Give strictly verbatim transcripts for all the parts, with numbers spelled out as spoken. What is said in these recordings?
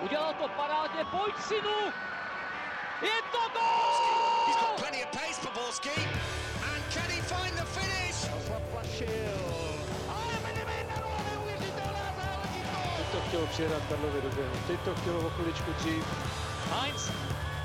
Udělal to parádně, pojď synu! Je to gól! He's got plenty of pace for Borski. And can he find the finish? Ale Benjamin na rohu, neuvěřitelná záležitost! Teď to chtělo přihrát Karlovi do běhu, teď to chtělo o chviličku dřív. Heinz!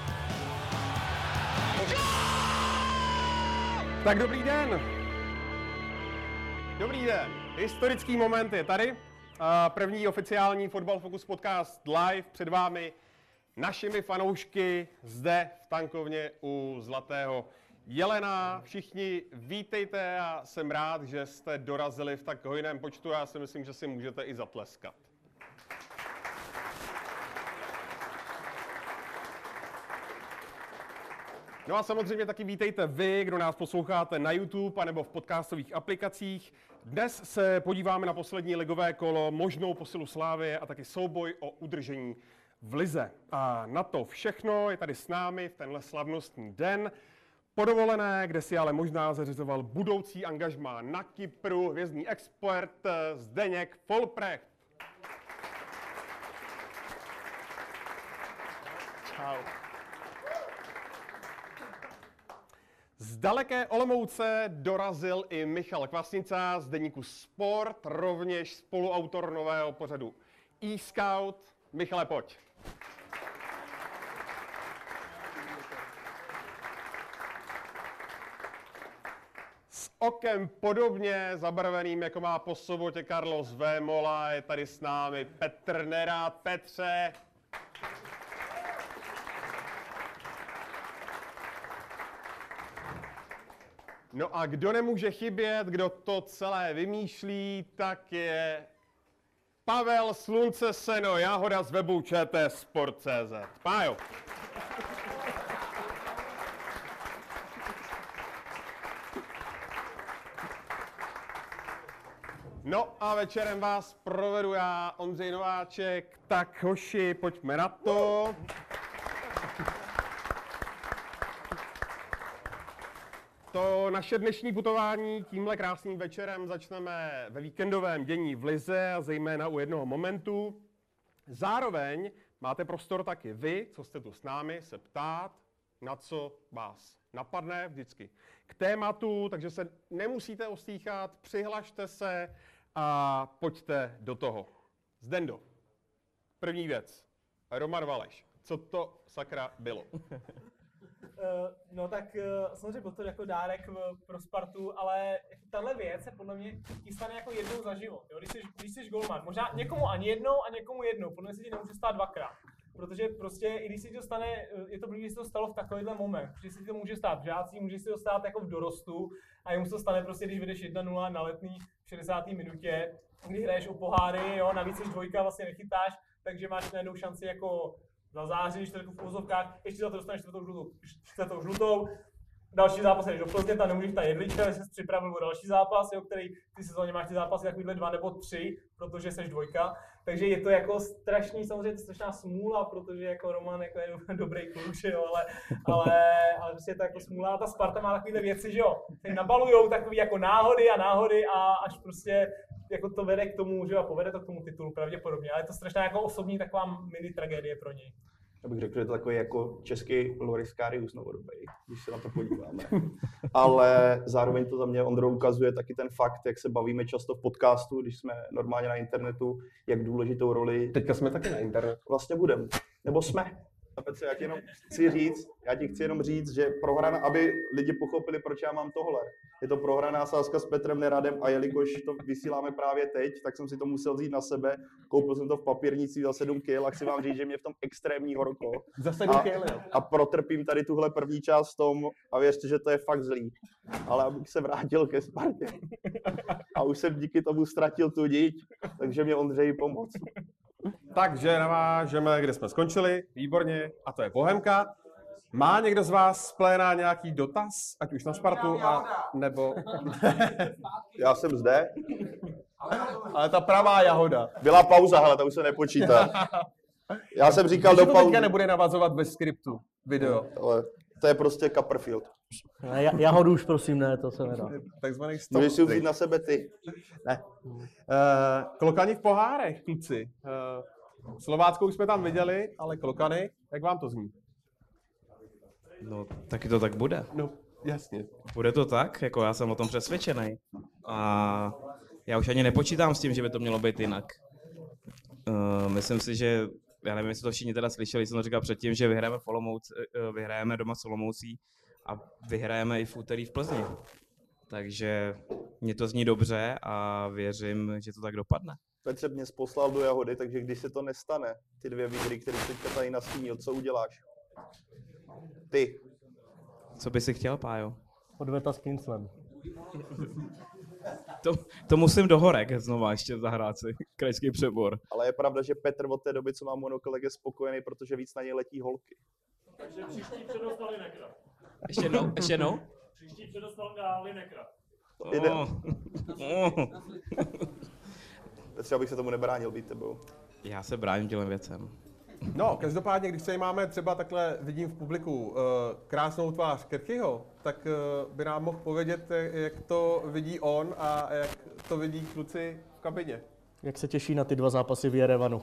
Tak dobrý den. Dobrý den. Historický moment je tady. První oficiální Fotbal Focus podcast live před vámi, našimi fanoušky zde v tankovně u Zlatého jelena. Všichni vítejte a jsem rád, že jste dorazili v tak hojném počtu. Já si myslím, že si můžete i zatleskat. No a samozřejmě taky vítejte vy, kdo nás posloucháte na YouTube anebo v podcastových aplikacích. Dnes se podíváme na poslední ligové kolo, možnou posilu Slávie a taky souboj o udržení v lize. A na to všechno je tady s námi v tenhle slavnostní den po dovolené, kde si ale možná zařizoval budoucí angažmá na Kypru, hvězdný expert Zdeněk Folprecht. Čau. Z daleké Olomouce dorazil i Michal Kvasnica z deníku Sport, rovněž spoluautor nového pořadu e-Scout. Michale, pojď. S okem podobně zabarveným, jako má po sobotě Carlos Vémola, je tady s námi Petr Nerad. Petře. No a kdo nemůže chybět, kdo to celé vymýšlí, tak je Pavel Slunce Seno, Jáhoda z webu Č T Sport tečka cé zet. Pájo. No a večerem vás provedu já, Ondřej Nováček. Tak hoši, pojďme na to. To naše dnešní putování tímhle krásným večerem začneme ve víkendovém dění v lize a zejména u jednoho momentu. Zároveň máte prostor taky vy, co jste tu s námi, se ptát, na co vás napadne vždycky k tématu, takže se nemusíte ostýchat, přihlašte se a pojďte do toho. Zdendo, první věc, Roman Valeš, co to sakra bylo? Uh, no tak uh, samozřejmě byl to jako dárek v, pro Spartu, ale tahle věc se podle mě ti stane jako jednou za život, jo? Když jsi, když jsi golman. Možná někomu ani jednou a někomu jednou, podle mě se ti nemůže stát dvakrát. Protože prostě, i když si to stane, je to blbý, když se to stalo v takovýhle moment, protože si to může stát v žácích, může si to stát jako v dorostu a jemu se to stane prostě, když vedeš jedna nula na Letný v šedesáté minutě, kdy hraješ o poháry, jo, navíc jsi dvojka, vlastně nechytáš, takže máš najednou šanci jako zazáříš, to jako v uvozovkách, ještě za to dostaneš čtvrtou žlutou, čtvrtou žlutou. Další zápas jdeš do Plzně, tam nemůžeš ta jedlička, že jsi připravil o další zápas, jo, který ty sezóně máš ty zápasy takovýhle dva nebo tři, protože jsi dvojka. Takže je to jako strašný, samozřejmě to strašná smůla, protože jako Roman jako je dobrý kluk, jo, ale, ale, ale prostě je to jako smůla. A ta Sparta má takovýhle věci, že jo, ty nabalujou takový jako náhody a náhody a až prostě jako to vede k tomu, že jo, a povede to k tomu titulu pravděpodobně, ale je to strašná jako osobní taková mini tragédie pro něj. Já bych řekl, že je to takový jako český Loris Karius novodobý, když se na to podíváme. Ale zároveň to za mě, Ondro, ukazuje taky ten fakt, jak se bavíme často v podcastu, když jsme normálně na internetu, jak důležitou roli... Teďka jsme taky na internetu. Vlastně budeme. Nebo jsme. Petře, já ti jenom chci říct, já ti chci jenom říct, že prohraná, aby lidi pochopili, proč já mám tohle. Je to prohraná sázka s Petrem Neradem a jelikož to vysíláme právě teď, tak jsem si to musel vzít na sebe. Koupil jsem to v papírnicích za sedm kil a chci vám říct, že mě v tom extrémní horko. Za sedm kil, jo. A protrpím tady tuhle první část v tom a věřte, že to je fakt zlý. Ale abych se vrátil ke Spartě. A už jsem díky tomu ztratil tu díť, takže mě Ondřej pomoc. Takže navážeme, kde jsme skončili, výborně, a to je Bohemka. Má někdo z vás z pléna nějaký dotaz, ať už na Spartu, a nebo... Já jsem zde. Ale ta pravá jahoda. Byla pauza, hele, to už se nepočítá. Já jsem říkal do pauzy. To teďka nebude navazovat ve skriptu video. Ale to je prostě Copperfield. Ne, jahodu už prosím, ne, to se nedá. Takzvaný stop. Můžeš si vzít na sebe ty. Ne. Uh, klokani v pohárech, kluci. Uh, Slováckou jsme tam viděli, ale Klokany, jak vám to zní? No, taky to tak bude. No, jasně. Bude to tak, jako já jsem o tom přesvědčený. A já už ani nepočítám s tím, že by to mělo být jinak. Uh, myslím si, že, já nevím, jestli to všichni teda slyšeli, jsem to říkal předtím, že vyhrajeme, v Olomouc, uh, vyhrajeme doma s Olomoucí a vyhrajeme i v úterý v Plzni. Takže mě to zní dobře a věřím, že to tak dopadne. Petře mě poslal do Jahody, takže když se to nestane, ty dvě výhry, které teďka tady nastínil, co uděláš? Ty. Co by si chtěl, Pájo? Odveta s Kinclem. To, to musím do Horek znova ještě zahrát si, krajský přebor. Ale je pravda, že Petr od té doby, co má monokolek, je spokojený, protože víc na něj letí holky. Takže příští předostal Linekra. Ještě jednou, ještě jednou? Příští předostal na Linekra. Jde. Oh. Oh. Petře, abych se tomu nebránil být tebou. Já se bráním těmhle věcem. No, každopádně, když tady máme třeba takhle, vidím v publiku, uh, krásnou tvář Kirchyho, tak uh, by nám mohl povědět, jak to vidí on a jak to vidí kluci v kabině. Jak se těší na ty dva zápasy v Jerevanu?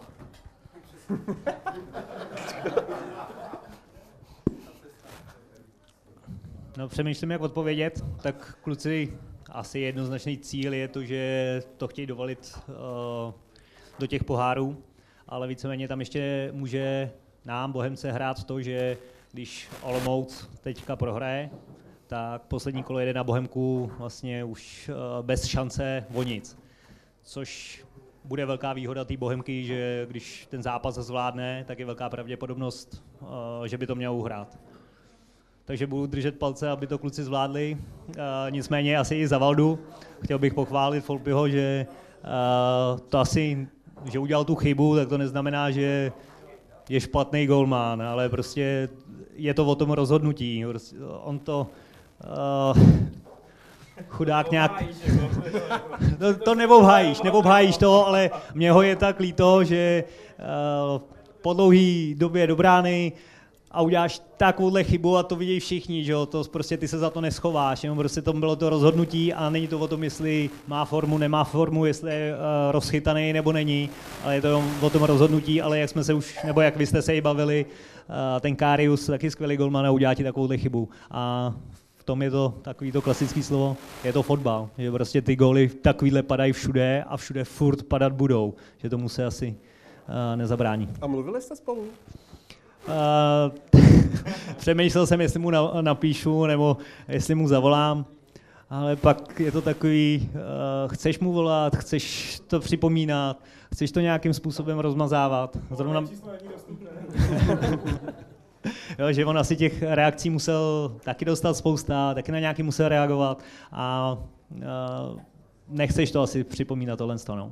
No, přemýšlím, jak odpovědět, tak kluci, asi jednoznačný cíl je to, že to chtějí dovalit uh, do těch pohárů, ale víceméně tam ještě může nám, Bohemce, hrát to, že když Olomouc teďka prohraje, tak poslední kolo jede na Bohemku vlastně už uh, bez šance o nic. Což bude velká výhoda té Bohemky, že když ten zápas zvládne, tak je velká pravděpodobnost, uh, že by to měl uhrát. Takže budu držet palce, aby to kluci zvládli. Uh, nicméně asi i za Valdu. Chtěl bych pochválit Folpyho, že uh, to asi, že udělal tu chybu, tak to neznamená, že je špatný golman, ale prostě je to o tom rozhodnutí. On to uh, chudák nějak... to, to neobhájíš, neobhájíš to, ale mě ho je tak líto, že uh, po dlouhý době do brány a uděláš takovouhle chybu a to vidí všichni, že jo, to prostě ty se za to neschováš, jenom prostě to bylo to rozhodnutí a není to o tom, jestli má formu, nemá formu, jestli je uh, rozchytaný nebo není, ale je to o tom rozhodnutí, ale jak jsme se už, nebo jak vy jste se i bavili, uh, ten Karius, taky skvělý golman a udělá ti takovouhle chybu a v tom je to takový to klasický slovo, je to fotbal, že prostě ty góly takovýhle padají všude a všude furt padat budou, že tomu se asi uh, nezabrání. A mluvili jste spolu? Uh, přemýšlel jsem, jestli mu na, napíšu, nebo jestli mu zavolám, ale pak je to takový, uh, chceš mu volat, chceš to připomínat, chceš to nějakým způsobem rozmazávat. Zrovna... jo, že on asi těch reakcí musel taky dostat spousta, taky na nějaký musel reagovat a uh, nechceš to asi připomínat tohle no.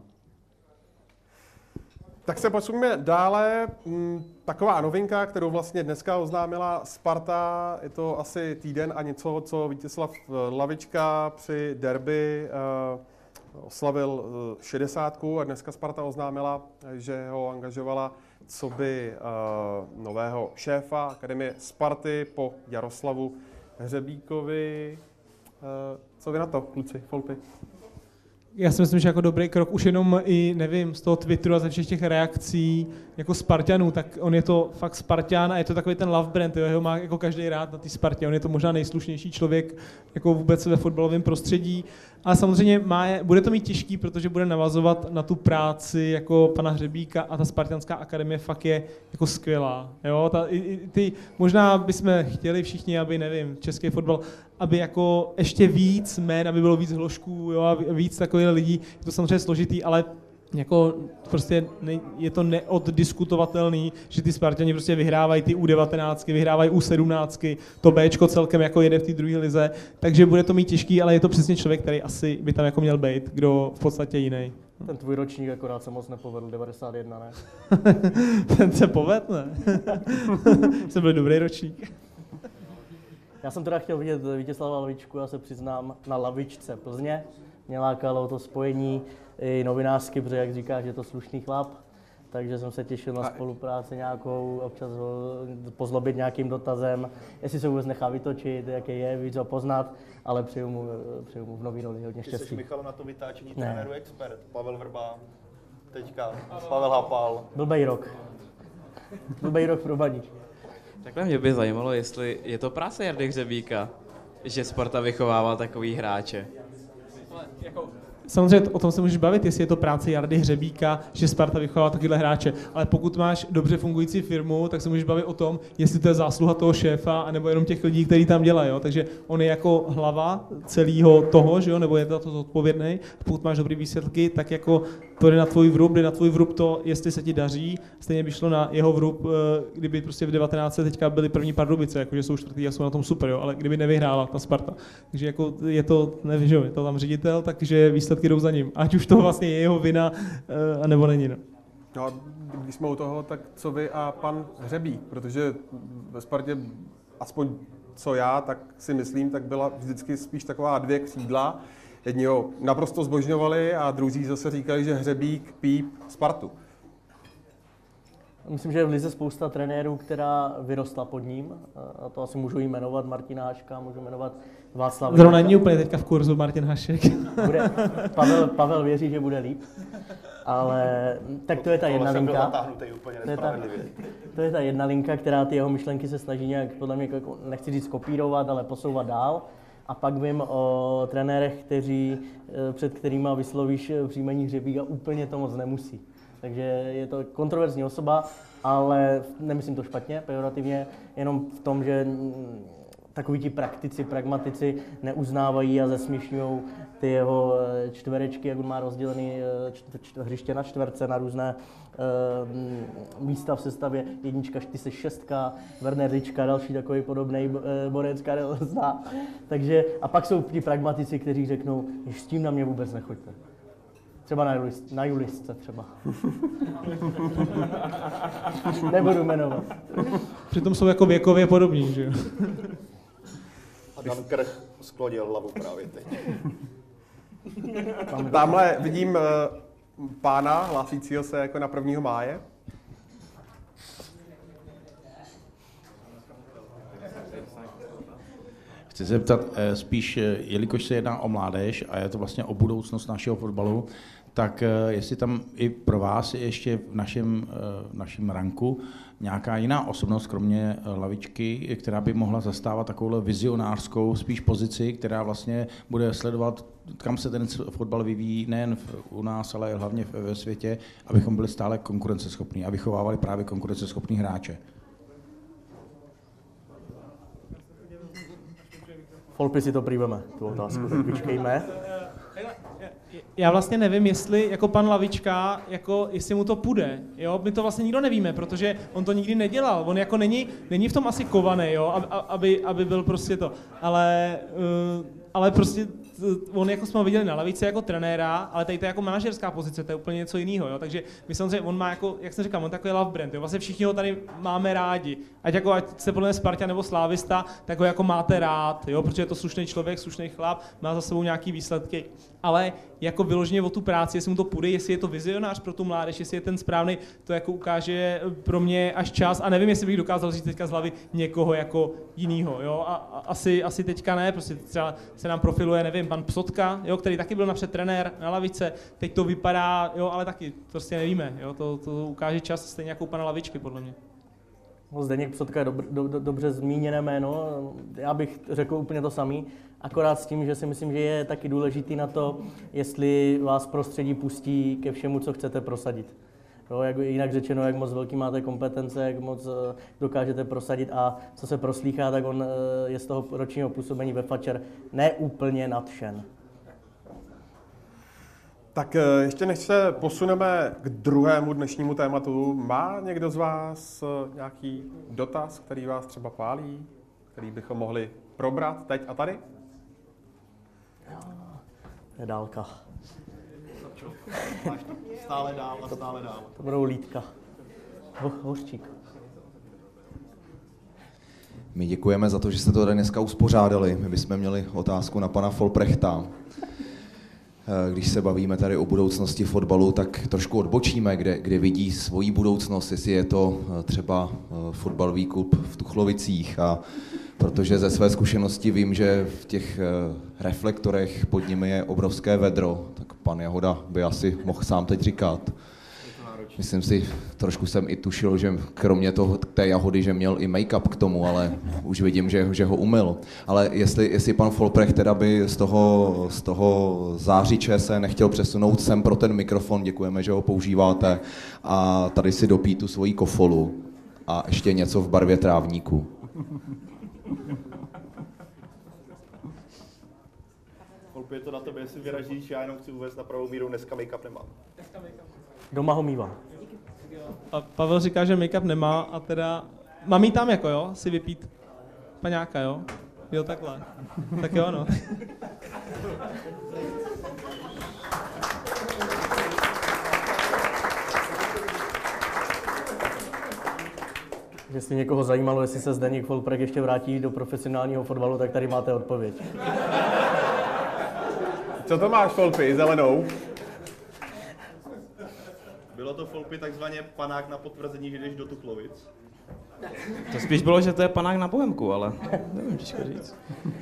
Tak se posuňme dále. Taková novinka, kterou vlastně dneska oznámila Sparta, je to asi týden a něco, co Vítězslav Lavička při derby uh, oslavil uh, šedesátku a dneska Sparta oznámila, že ho angažovala coby uh, nového šéfa Akademie Sparty po Jaroslavu Hřebíkovi. Uh, co vy na to, kluci, Folpy? Já si myslím, že jako dobrý krok, už jenom i, nevím, z toho Twitteru a ze všech těch reakcí jako Spartanů, tak on je to fakt Spartan a je to takový ten love brand, jo, jeho má jako každý rád na té Spartě, on je to možná nejslušnější člověk jako vůbec ve fotbalovém prostředí, ale samozřejmě má, bude to mít těžký, protože bude navazovat na tu práci jako pana Hřebíka a ta Spartanská akademie fakt je jako skvělá, jo, ta, i, i, ty, možná bychom chtěli všichni, aby, nevím, český fotbal, aby jako ještě víc jmén, aby bylo víc hložků, jo, a víc takových lidí, je to samozřejmě složitý, ale jako prostě ne, je to neoddiskutovatelný, že ty Spartani prostě vyhrávají ty U devatenáct, vyhrávají U sedmnáct, to Bčko celkem jako jede v té druhé lize, takže bude to mít těžký, ale je to přesně člověk, který asi by tam jako měl být, kdo v podstatě jiný. Ten tvůj ročník akorát se moc nepovedl, devadesát jedna, ne? Ten se povedl, ne? Jsem byl dobrý ročník. Já jsem teda chtěl vidět Vítězslava Lavičku, já se přiznám, na lavičce Plzně. Mě lákalo to spojení i novinářsky, protože jak říkáš, je to slušný chlap, takže jsem se těšil na spolupráci nějakou, občas ho pozlobit nějakým dotazem, jestli se vůbec nechá vytočit, jaký je, víc ho poznat, ale přeju mu, přeju mu v nový roli hodně štěstí. Ty jsi, Michal, na to vytáčení trenéru expert, Pavel Vrba. teďka. Pavel Hapal. Blbej rok. Blbej rok pro Baník. Takhle mě by zajímalo, jestli je to práce Jardy Hřebíka, že Sparta vychovává takový hráče. Jako, samozřejmě o tom se můžeš bavit, jestli je to práce Jardy Hřebíka, že Sparta vychovává takovýhle hráče, ale pokud máš dobře fungující firmu, tak se můžeš bavit o tom, jestli to je zásluha toho šéfa, anebo jenom těch lidí, kteří tam dělají, jo? Takže on je jako hlava celého toho, že jo? Nebo je to zodpovědný. Pokud máš dobrý výsledky, tak jako to jde na tvůj vrub, jde na tvůj vrub to, jestli se ti daří. Stejně by šlo na jeho vrub, kdyby prostě v devatenáctce teďka byly první Pardubice, jakože jsou čtvrtý a jsou na tom super, jo? Ale kdyby nevyhrála ta Sparta. Takže jako je to, nevím, že jo, je to tam ředitel, takže výsledky jdou za ním. Ať už to vlastně je jeho vina, anebo není. No. No a když jsme u toho, tak co vy a pan Hřebík, protože ve Spartě, aspoň co já, tak si myslím, tak byla vždycky spíš taková dvě křídla. Jedni ho naprosto zbožňovali a druzí zase říkali, že Hřebík píp Spartu. Myslím, že je v lize spousta trenérů, která vyrostla pod ním. A to asi můžu jmenovat Martina Haška, můžu jmenovat Václav. Zrovna není úplně teďka v kurzu Martin Hašek. Bude, Pavel, Pavel věří, že bude líp. Ale tak to je ta jedna linka. To je ta, to je ta jedna linka, která ty jeho myšlenky se snaží nějak, podle mě, nechci říct kopírovat, ale posouvat dál. A pak vím o trenérech, kteří, před kterými vyslovíš příjmení Hřebík a úplně to moc nemusí. Takže je to kontroverzní osoba, ale nemyslím to špatně, pejorativně, jenom v tom, že takoví ti praktici, pragmatici neuznávají a zesměšňují ty jeho čtverečky, jak on má rozdělený hřiště na čtverce, na různé uh, místa v sestavě. Jednička, ty se šestka, Werner Rička, další takový podobný uh, borec, Karel zná. Takže, a pak jsou ti pragmatici, kteří řeknou, že s tím na mě vůbec nechoďte. Třeba na, Julis, na Julisce třeba. Nebudu jmenovat. Přitom jsou jako věkově podobní, že jo? A Dan Krch sklonil hlavu právě teď. Tamhle vidím uh, pána hlásícího se jako na prvního máje. Chci se zeptat spíš, jelikož se jedná o mládež a je to vlastně o budoucnost našeho fotbalu, tak jestli tam i pro vás je ještě v našem, v našem ranku nějaká jiná osobnost, kromě lavičky, která by mohla zastávat takovou vizionářskou spíš pozici, která vlastně bude sledovat, kam se ten fotbal vyvíjí, nejen u nás, ale hlavně ve světě, abychom byli stále konkurenceschopní a vychovávali právě konkurenceschopní hráče. Folpy si to přijmeme, tu otázku, tak vyčkejme. Já vlastně nevím, jestli jako pan Lavička, jako jestli mu to půjde, jo, my to vlastně nikdo nevíme, protože on to nikdy nedělal, on jako není, není v tom asi kovaný, jo, aby, aby byl prostě to, ale, uh, ale prostě on jako jsme ho viděli na lavici jako trenéra, ale tady to je jako manažerská pozice, to je úplně něco jiného, jo, takže my samozřejmě, on má jako, jak jsem říkal, on takový love brand, jo, vlastně všichni ho tady máme rádi, ať jako, ať se podle mě Sparta nebo Slávista, tak ho jako máte rád, jo, protože je to slušný člověk, slušný chlap, má za sebou nějaký výsledky, ale jako vyloženě o tu práci, jestli mu to půjde, jestli je to vizionář pro tu mládež, jestli je ten správný, to jako ukáže pro mě až čas a nevím, jestli bych dokázal říct teďka z hlavy někoho jako jinýho, jo, a, a asi, asi teďka ne, prostě třeba se nám profiluje, nevím, pan Psotka, jo, který taky byl napřed trenér na lavice, teď to vypadá, jo, ale taky prostě nevíme, jo, to, to ukáže čas stejně jako u pana Lavičky, podle mě. Zdeněk Psotka je dobr, do, do, dobře zmíněné jméno, já bych řekl úplně to samý, akorát s tím, že si myslím, že je taky důležitý na to, jestli vás prostředí pustí ke všemu, co chcete prosadit. Jo, jak, jinak řečeno, jak moc velký máte kompetence, jak moc dokážete prosadit a co se proslýchá, tak on je z toho ročního působení ve Fatscher neúplně nadšen. Tak ještě než se posuneme k druhému dnešnímu tématu, má někdo z vás nějaký dotaz, který vás třeba pálí, který bychom mohli probrat teď a tady? Je dálka. Stále dál a stále dál. To budou lítka. Ho, hořčík. My děkujeme za to, že jste to tady dneska uspořádali. My bychom měli otázku na pana Folprechta. Když se bavíme tady o budoucnosti fotbalu, tak trošku odbočíme, kde, kde vidí svoji budoucnost, jestli je to třeba fotbalový klub v Tuchlovicích. A protože ze své zkušenosti vím, že v těch reflektorech pod nimi je obrovské vedro, tak pan Jahoda by asi mohl sám teď říkat. myslím si, trošku jsem i tušil, že kromě toho, té jahody, že měl i make-up k tomu, ale už vidím, že, že ho umyl. Ale jestli, jestli pan Folprecht teda by z toho, z toho zářiče se nechtěl přesunout sem pro ten mikrofon, děkujeme, že ho používáte, a tady si dopít tu svoji kofolu a ještě něco v barvě trávníku. Je to na tebe, jestli vyražíš, já jenom chci uvést na pravou míru, dneska make-up nemám. Doma ho mívám. A Pavel říká, že make-up nemá a teda... Mám jí tam jako jo, si vypít paňáka, jo? Jo, takhle. Tak jo, no. Jestli někoho zajímalo, jestli se Zdeněk Folprecht ještě vrátí do profesionálního fotbalu, tak tady máte odpověď. Co to máš, Folpy, zelenou? Bylo to, Folpy, takzvaně panák na potvrzení, že jdeš do Tuchlovic? To spíš bylo, že to je panák na Bohemku, ale nevím, těžko říct.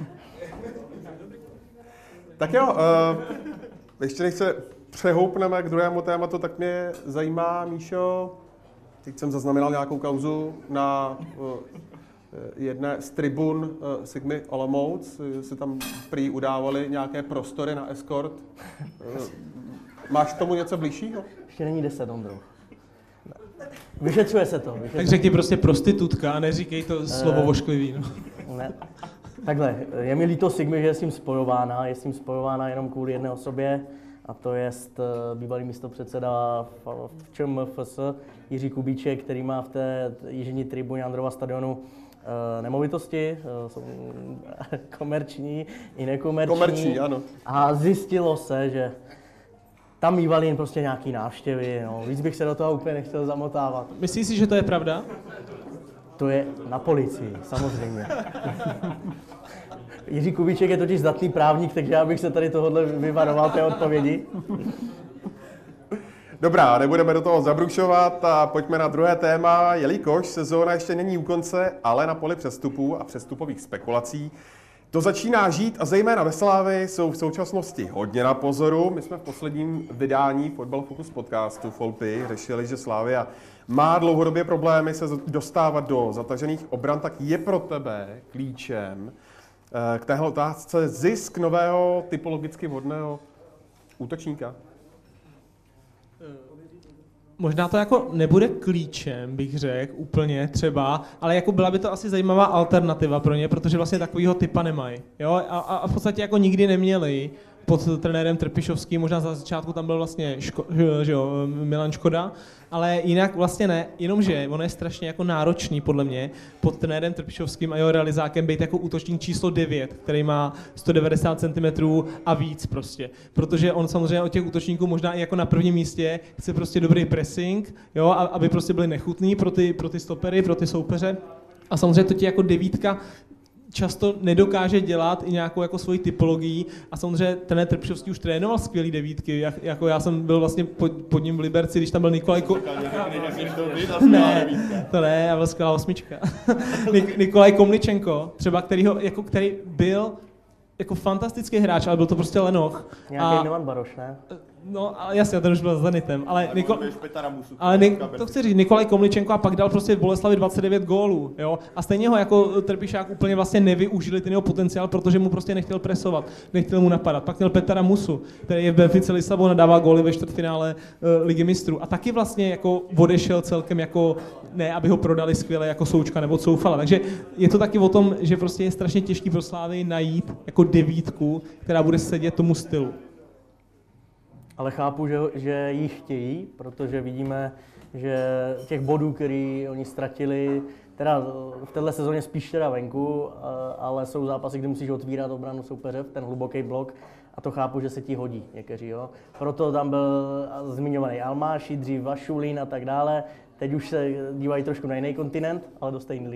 Tak jo, uh, ještě než se přehoupneme k druhému tématu, tak mě zajímá, Míšo, teď jsem zaznamenal nějakou kauzu na uh, jedné z tribun uh, Sigmy Olomouc, se tam prý udávaly nějaké prostory na escort. Uh, máš k tomu něco blížšího? Ještě není deset, Ondro. Vyšetřuje se to. Vyšetřuje. Tak řekni prostě prostitutka a neříkej to slovo vošklivý. No. Ne. Takhle, je mi líto Sigmy, že je s tím spojována, je s tím spojována jenom kvůli jedné osobě, a to je bývalý místopředseda v ČMFS Jiří Kubíček, který má v té jižní tribuně Androva stadionu nemovitosti, jsou komerční i nekomerční. Komerční, ano. A zjistilo se, že tam mívali jen prostě nějaký návštěvy, no. Víc bych se do toho úplně nechtěl zamotávat. Myslíš si, že to je pravda? To je na policii, samozřejmě. Jiří Kubíček je totiž zdatný právník, takže já bych se tady tohohle vyvaroval té odpovědi. Dobrá, nebudeme do toho zabrušovat a pojďme na druhé téma, jelikož sezóna ještě není u konce, ale na poli přestupů a přestupových spekulací to začíná žít a zejména ve Slávii jsou v současnosti hodně na pozoru. My jsme v posledním vydání Fotbal Focus podcastu Folpy řešili, že Slavia má dlouhodobě problémy se dostávat do zatažených obran, tak je pro tebe klíčem k téhle otázce zisk nového typologicky vhodného útočníka? Možná to jako nebude klíčem, bych řekl, úplně třeba, ale jako byla by to asi zajímavá alternativa pro ně, protože vlastně takovýho typa nemají. Jo? A, a v podstatě jako nikdy neměli pod trenérem Trpišovským, možná za začátku tam byl vlastně Ško, že jo, Milan Škoda, ale jinak vlastně ne, jenomže ono je strašně jako náročný podle mě pod trenérem Trpišovským a jeho realizákem být jako útočník číslo devět, který má sto devadesát centimetrů a víc prostě, protože on samozřejmě od těch útočníků možná i jako na prvním místě chce prostě dobrý pressing, jo, aby prostě byli nechutný pro ty, pro ty stopery, pro ty soupeře a samozřejmě to ti jako devítka často nedokáže dělat i nějakou jako svoji typologii a samozřejmě trenér Trpišovský už trénoval skvělý devítky, jak, jako já jsem byl vlastně pod, pod ním v Liberci, když tam byl Nikolaj Ko... Ne, to ne, já byl skvělá osmička. Nik- Nikolaj Komličenko, třeba kterýho, jako, který byl jako fantastický hráč, ale byl to prostě lenoch. Nějaký a... Milan Baroš, ne? No a jasně, ten už byl Zenitem, ale, Niko... ale Nik... to chci říct, Nikolaj Komličenko a pak dal prostě v Boleslavi dvacet devět gólů, jo, a stejně ho jako Trpišák úplně vlastně nevyužili ten jeho potenciál, protože mu prostě nechtěl presovat, nechtěl mu napadat. Pak měl Petra Musu, který je v Benfice Lisabon a dává góly ve čtvrtfinále uh, Ligy mistrů a taky vlastně jako odešel celkem jako, ne, aby ho prodali skvěle jako Součka nebo Coufala, takže je to taky o tom, že prostě je strašně těžký pro Slávy najít jako devítku, která bude sedět tomu stylu. Ale chápu, že, že ji chtějí, protože vidíme, že těch bodů, který oni ztratili, teda v této sezóně spíš teda venku, ale jsou zápasy, kdy musíš otvírat obranu soupeře, ten hluboký blok, a to chápu, že se ti hodí někteří, jo. Proto tam byl zmiňovaný Almáši, dřív Vašulín a tak dále. Teď už se dívají trošku na jiný kontinent, ale do stejné ligy.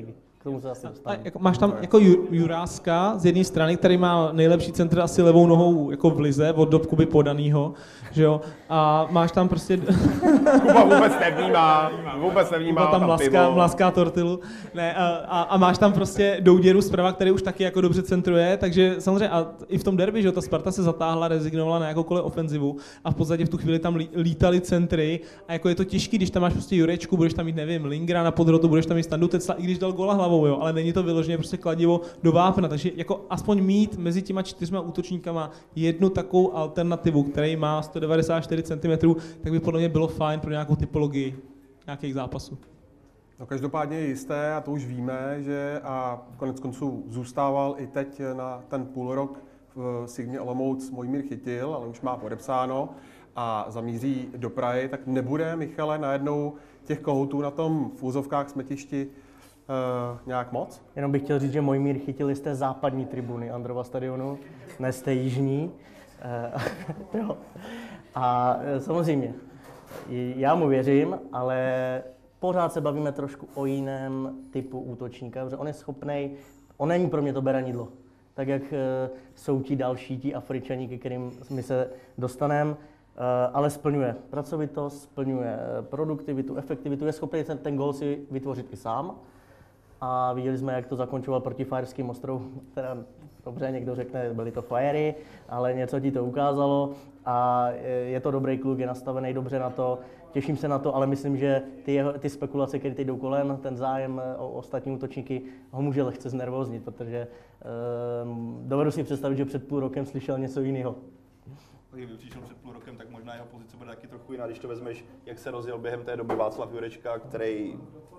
K tomu se asi dostanu. Jako, máš tam jako Juráska z jedné strany, který má nejlepší centr asi levou nohou jako v lize, od dob Kuby Podanýho, že jo? A máš tam prostě... Kuba vůbec nevnímá, vůbec nevnímá Kuba tam, tam mlaská, pivo. mlaská tortilu. Ne, a, a, a, máš tam prostě Douděru zprava, který už taky jako dobře centruje, takže samozřejmě a i v tom derby, že jo, ta Sparta se zatáhla, rezignovala na jakoukoliv ofenzivu a v podstatě v tu chvíli tam lítali centry a jako je to těžký, když tam máš prostě Jurečku, budeš tam mít, nevím, Lingra na podhrotu, budeš tam mít Standu Tecla, i když dal gola hlavou, jo, ale není to vyloženě prostě kladivo do vápna, takže jako aspoň mít mezi těma čtyřma útočníkama jednu takovou alternativu, který má sto devadesát čtyři centimetrů, tak by podle mě bylo fajn pro nějakou typologii nějakých zápasů. No každopádně je jisté, a to už víme, že a konec konců zůstával i teď na ten půl rok v Sigmě Olomouc Mojmír Chytil, ale už má podepsáno a zamíří do Prahy, tak nebude, Michale, najednou těch kohoutů na tom v úzovkách smetišti uh, nějak moc? Jenom bych chtěl říct, že Mojmír Chytil z té západní tribuny Androva stadionu, ne z té jižní. Uh, jo. A samozřejmě, já mu věřím, ale pořád se bavíme trošku o jiném typu útočníka, protože on je schopnej, on není pro mě to beranidlo. Tak jak jsou ti další, ti Afričani, ke kterým my se dostaneme, ale splňuje pracovitost, splňuje produktivitu, efektivitu, je schopný ten, ten gól si vytvořit i sám. A viděli jsme, jak to zakončoval proti Fajerským ostrovům. Teda dobře, někdo řekne, byly to Fajery, ale něco ti to ukázalo a je to dobrý kluk, je nastavený dobře na to. Těším se na to, ale myslím, že ty, jeho, ty spekulace, které teď jdou kolem, ten zájem o ostatní útočníky ho může lehce znervoznit, protože um, dovedu si představit, že před půl rokem slyšel něco jiného. Kdyby přišel před půl rokem, tak možná jeho pozice bude taky trochu jiná, když to vezmeš, jak se rozjel během té doby Václav Jurečka, který...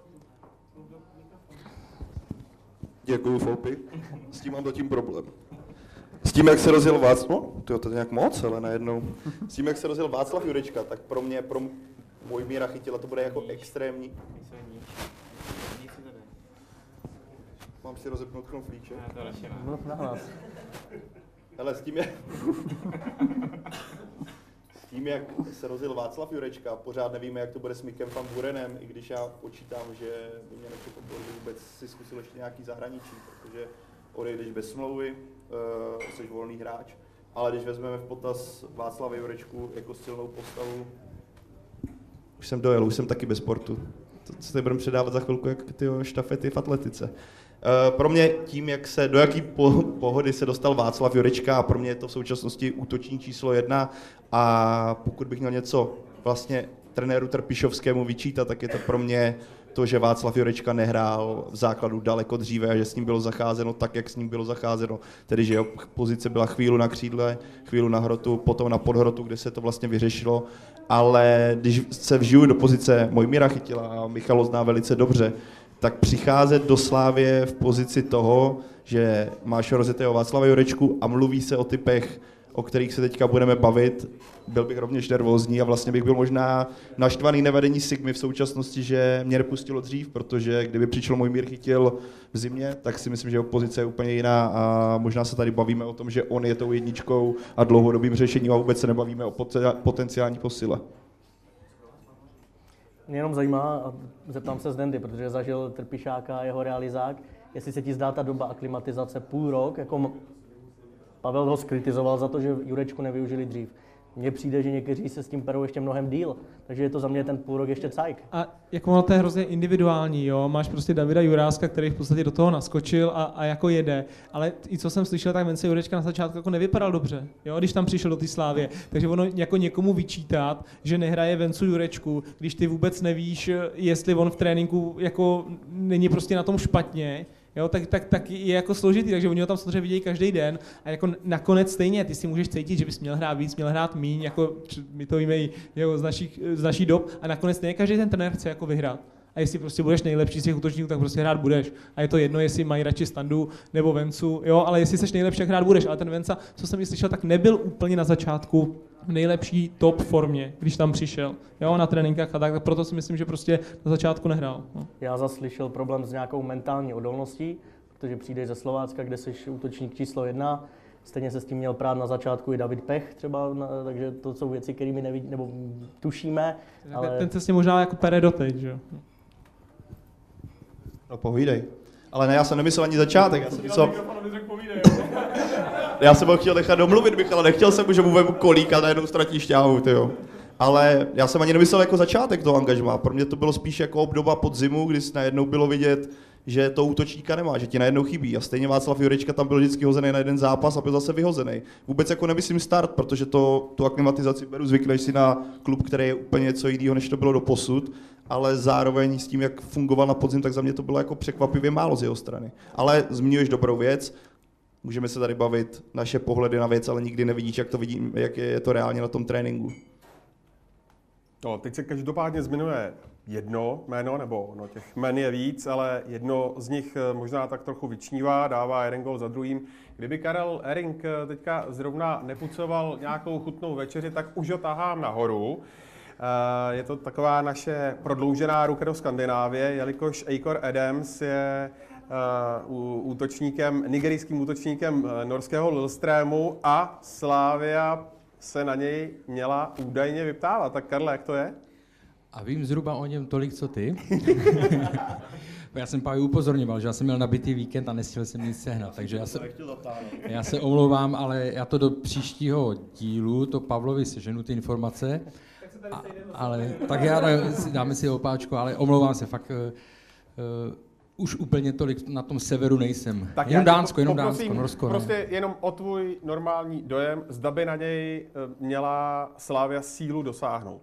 Děkuju, Foupy. S tím mám zatím problém. S tím, jak se rozjel Václav... No, tyjo, to je nějak moc, ale najednou. S tím, jak se rozjel Václav Jurečka, tak pro mě, pro Mojmíra Chytila to bude jako extrémní. Mám si rozepnout knoflíček? Ne, to radši ne. No, nahlas. Hele, s tím, jak... s tím, jak se rozjel Václav Jurečka, pořád nevíme, jak to bude s Mikem van Burenem, i když já počítám, že by mě nepřekvapilo, že vůbec si zkusil ještě nějaký zahraničí, protože odejdeš bez smlouvy, uh, jsi volný hráč, ale když vezmeme v potaz Václava Jurečku jako silnou postavu, už jsem dojel, už jsem taky bez sportu. To, co tady budeme předávat za chvilku, jak ty štafety v atletice. Uh, pro mě tím, jak se, do jaký po, pohody se dostal Václav Jurečka, a pro mě je to v současnosti útočník číslo jedna, a pokud bych měl něco vlastně trenéru Trpišovskému vyčítat, tak je to pro mě to, že Václav Jurečka nehrál v základu daleko dříve a že s ním bylo zacházeno tak, jak s ním bylo zacházeno. Tedy, že jeho pozice byla chvíli na křídle, chvíli na hrotu, potom na podhrotu, kde se to vlastně vyřešilo. Ale když se vžiju do pozice Mojmíra Chytila, a Michal zná velice dobře, tak přicházet do Slávie v pozici toho, že máš rozjetého Václava Jurečku a mluví se o typech, o kterých se teďka budeme bavit, byl bych rovněž nervózní a vlastně bych byl možná naštvaný nevedení Sigmy v současnosti, že mě nepustilo dřív, protože kdyby přišel Mojmír Chytil v zimě, tak si myslím, že jeho pozice je úplně jiná a možná se tady bavíme o tom, že on je tou jedničkou a dlouhodobým řešením a vůbec se nebavíme o potenciální posile. Mě jenom zajímá, a zeptám se z Dendy, protože zažil Trpišáka a jeho realizák, jestli se ti zdá ta doba aklimatizace půl rok, jako Pavel ho skritizoval za to, že Jurečku nevyužili dřív. Mně přijde, že někteří se s tím perou ještě mnohem díl, takže je to za mě ten půl rok ještě cajk. A jako ono to je hrozně individuální, jo, máš prostě Davida Juráska, který v podstatě do toho naskočil a, a jako jede, ale i co jsem slyšel, tak Vence Jurečka na začátku jako nevypadal dobře, jo, když tam přišel do té Slávie, takže ono jako někomu vyčítat, že nehraje Vencu Jurečku, když ty vůbec nevíš, jestli on v tréninku jako není prostě na tom špatně, jo, tak, tak, tak je jako složitý, takže oni ho tam samozřejmě vidějí každý den a jako nakonec stejně ty si můžeš cítit, že bys měl hrát víc, měl hrát míň, jako my to víme i z našich, z naší dob a nakonec stejně každý ten trenér chce jako vyhrát. A jestli prostě budeš nejlepší z těch útočníků, tak prostě hrát budeš. A je to jedno, jestli mají radši Standu nebo Vencu, jo, ale jestli seš nejlepší, tak hrát budeš. Ale ten Venca, co jsem ji slyšel, tak nebyl úplně na začátku v nejlepší top formě, když tam přišel, jo, na tréninkách a tak, tak proto si myslím, že prostě na začátku nehrál. No. Já zase slyšel problém s nějakou mentální odolností, protože přijdeš ze Slovácka, kde jsi útočník číslo jedna, stejně se s tím měl prát na začátku i David Pech třeba, na, takže to jsou věci, které my nevidí, nebo tušíme. Ale... Ten se s tím možná jako pere doteď, že jo. No povídej. Ale ne, já jsem nemyslel ani začátek. Já jsem, myslel... já jsem ho chtěl nechat domluvit, Michal, nechtěl jsem, že mu vemu kolík a najednou ztratí šťávu, tyjo. Ale já jsem ani nemyslel jako začátek toho angažmá. Pro mě to bylo spíš jako obdoba podzimu, kdy najednou bylo vidět, že to útočníka nemá, že ti najednou chybí. A stejně Václav Jurečka tam byl vždycky hozený na jeden zápas a byl zase vyhozený. Vůbec jako nemyslím start, protože to, tu aklimatizaci beru, zvykneš si na klub, který je úplně něco jiného, než to bylo doposud, ale zároveň s tím, jak fungoval na podzim, tak za mě to bylo jako překvapivě málo z jeho strany. Ale zmiňuješ dobrou věc, můžeme se tady bavit naše pohledy na věc, ale nikdy nevidíš, jak to vidím, jak je to reálně na tom tréninku. No, teď se každopádně zmiňuje jedno jméno, nebo no, těch jmen je víc, ale jedno z nich možná tak trochu vyčnívá, dává jeden gol za druhým. Kdyby Karel Herring teďka zrovna nepucoval nějakou chutnou večeři, tak už ho tahám nahoru. Je to taková naše prodloužená ruka do Skandinávie, jelikož Eikor Adams je útočníkem, nigerijským útočníkem norského Lillestrømu a Slavia se na něj měla údajně vyptávat. Tak Karle, jak to je? A vím zhruba o něm tolik, co ty. Já jsem Páju upozorňoval, že já jsem měl nabitý víkend a nestihl jsem nic sehnat, takže já se, já se omlouvám, ale já to do příštího dílu, to Pavlovi seženu ty informace, a, ale tak já dáme si opáčku, ale omlouvám se, fakt uh, uh, už úplně tolik na tom severu nejsem. Tak jenom Dánsko, jenom Dánsko, Norsko. Prostě ne. Jenom o tvůj normální dojem, zda by na něj měla Slavia sílu dosáhnout.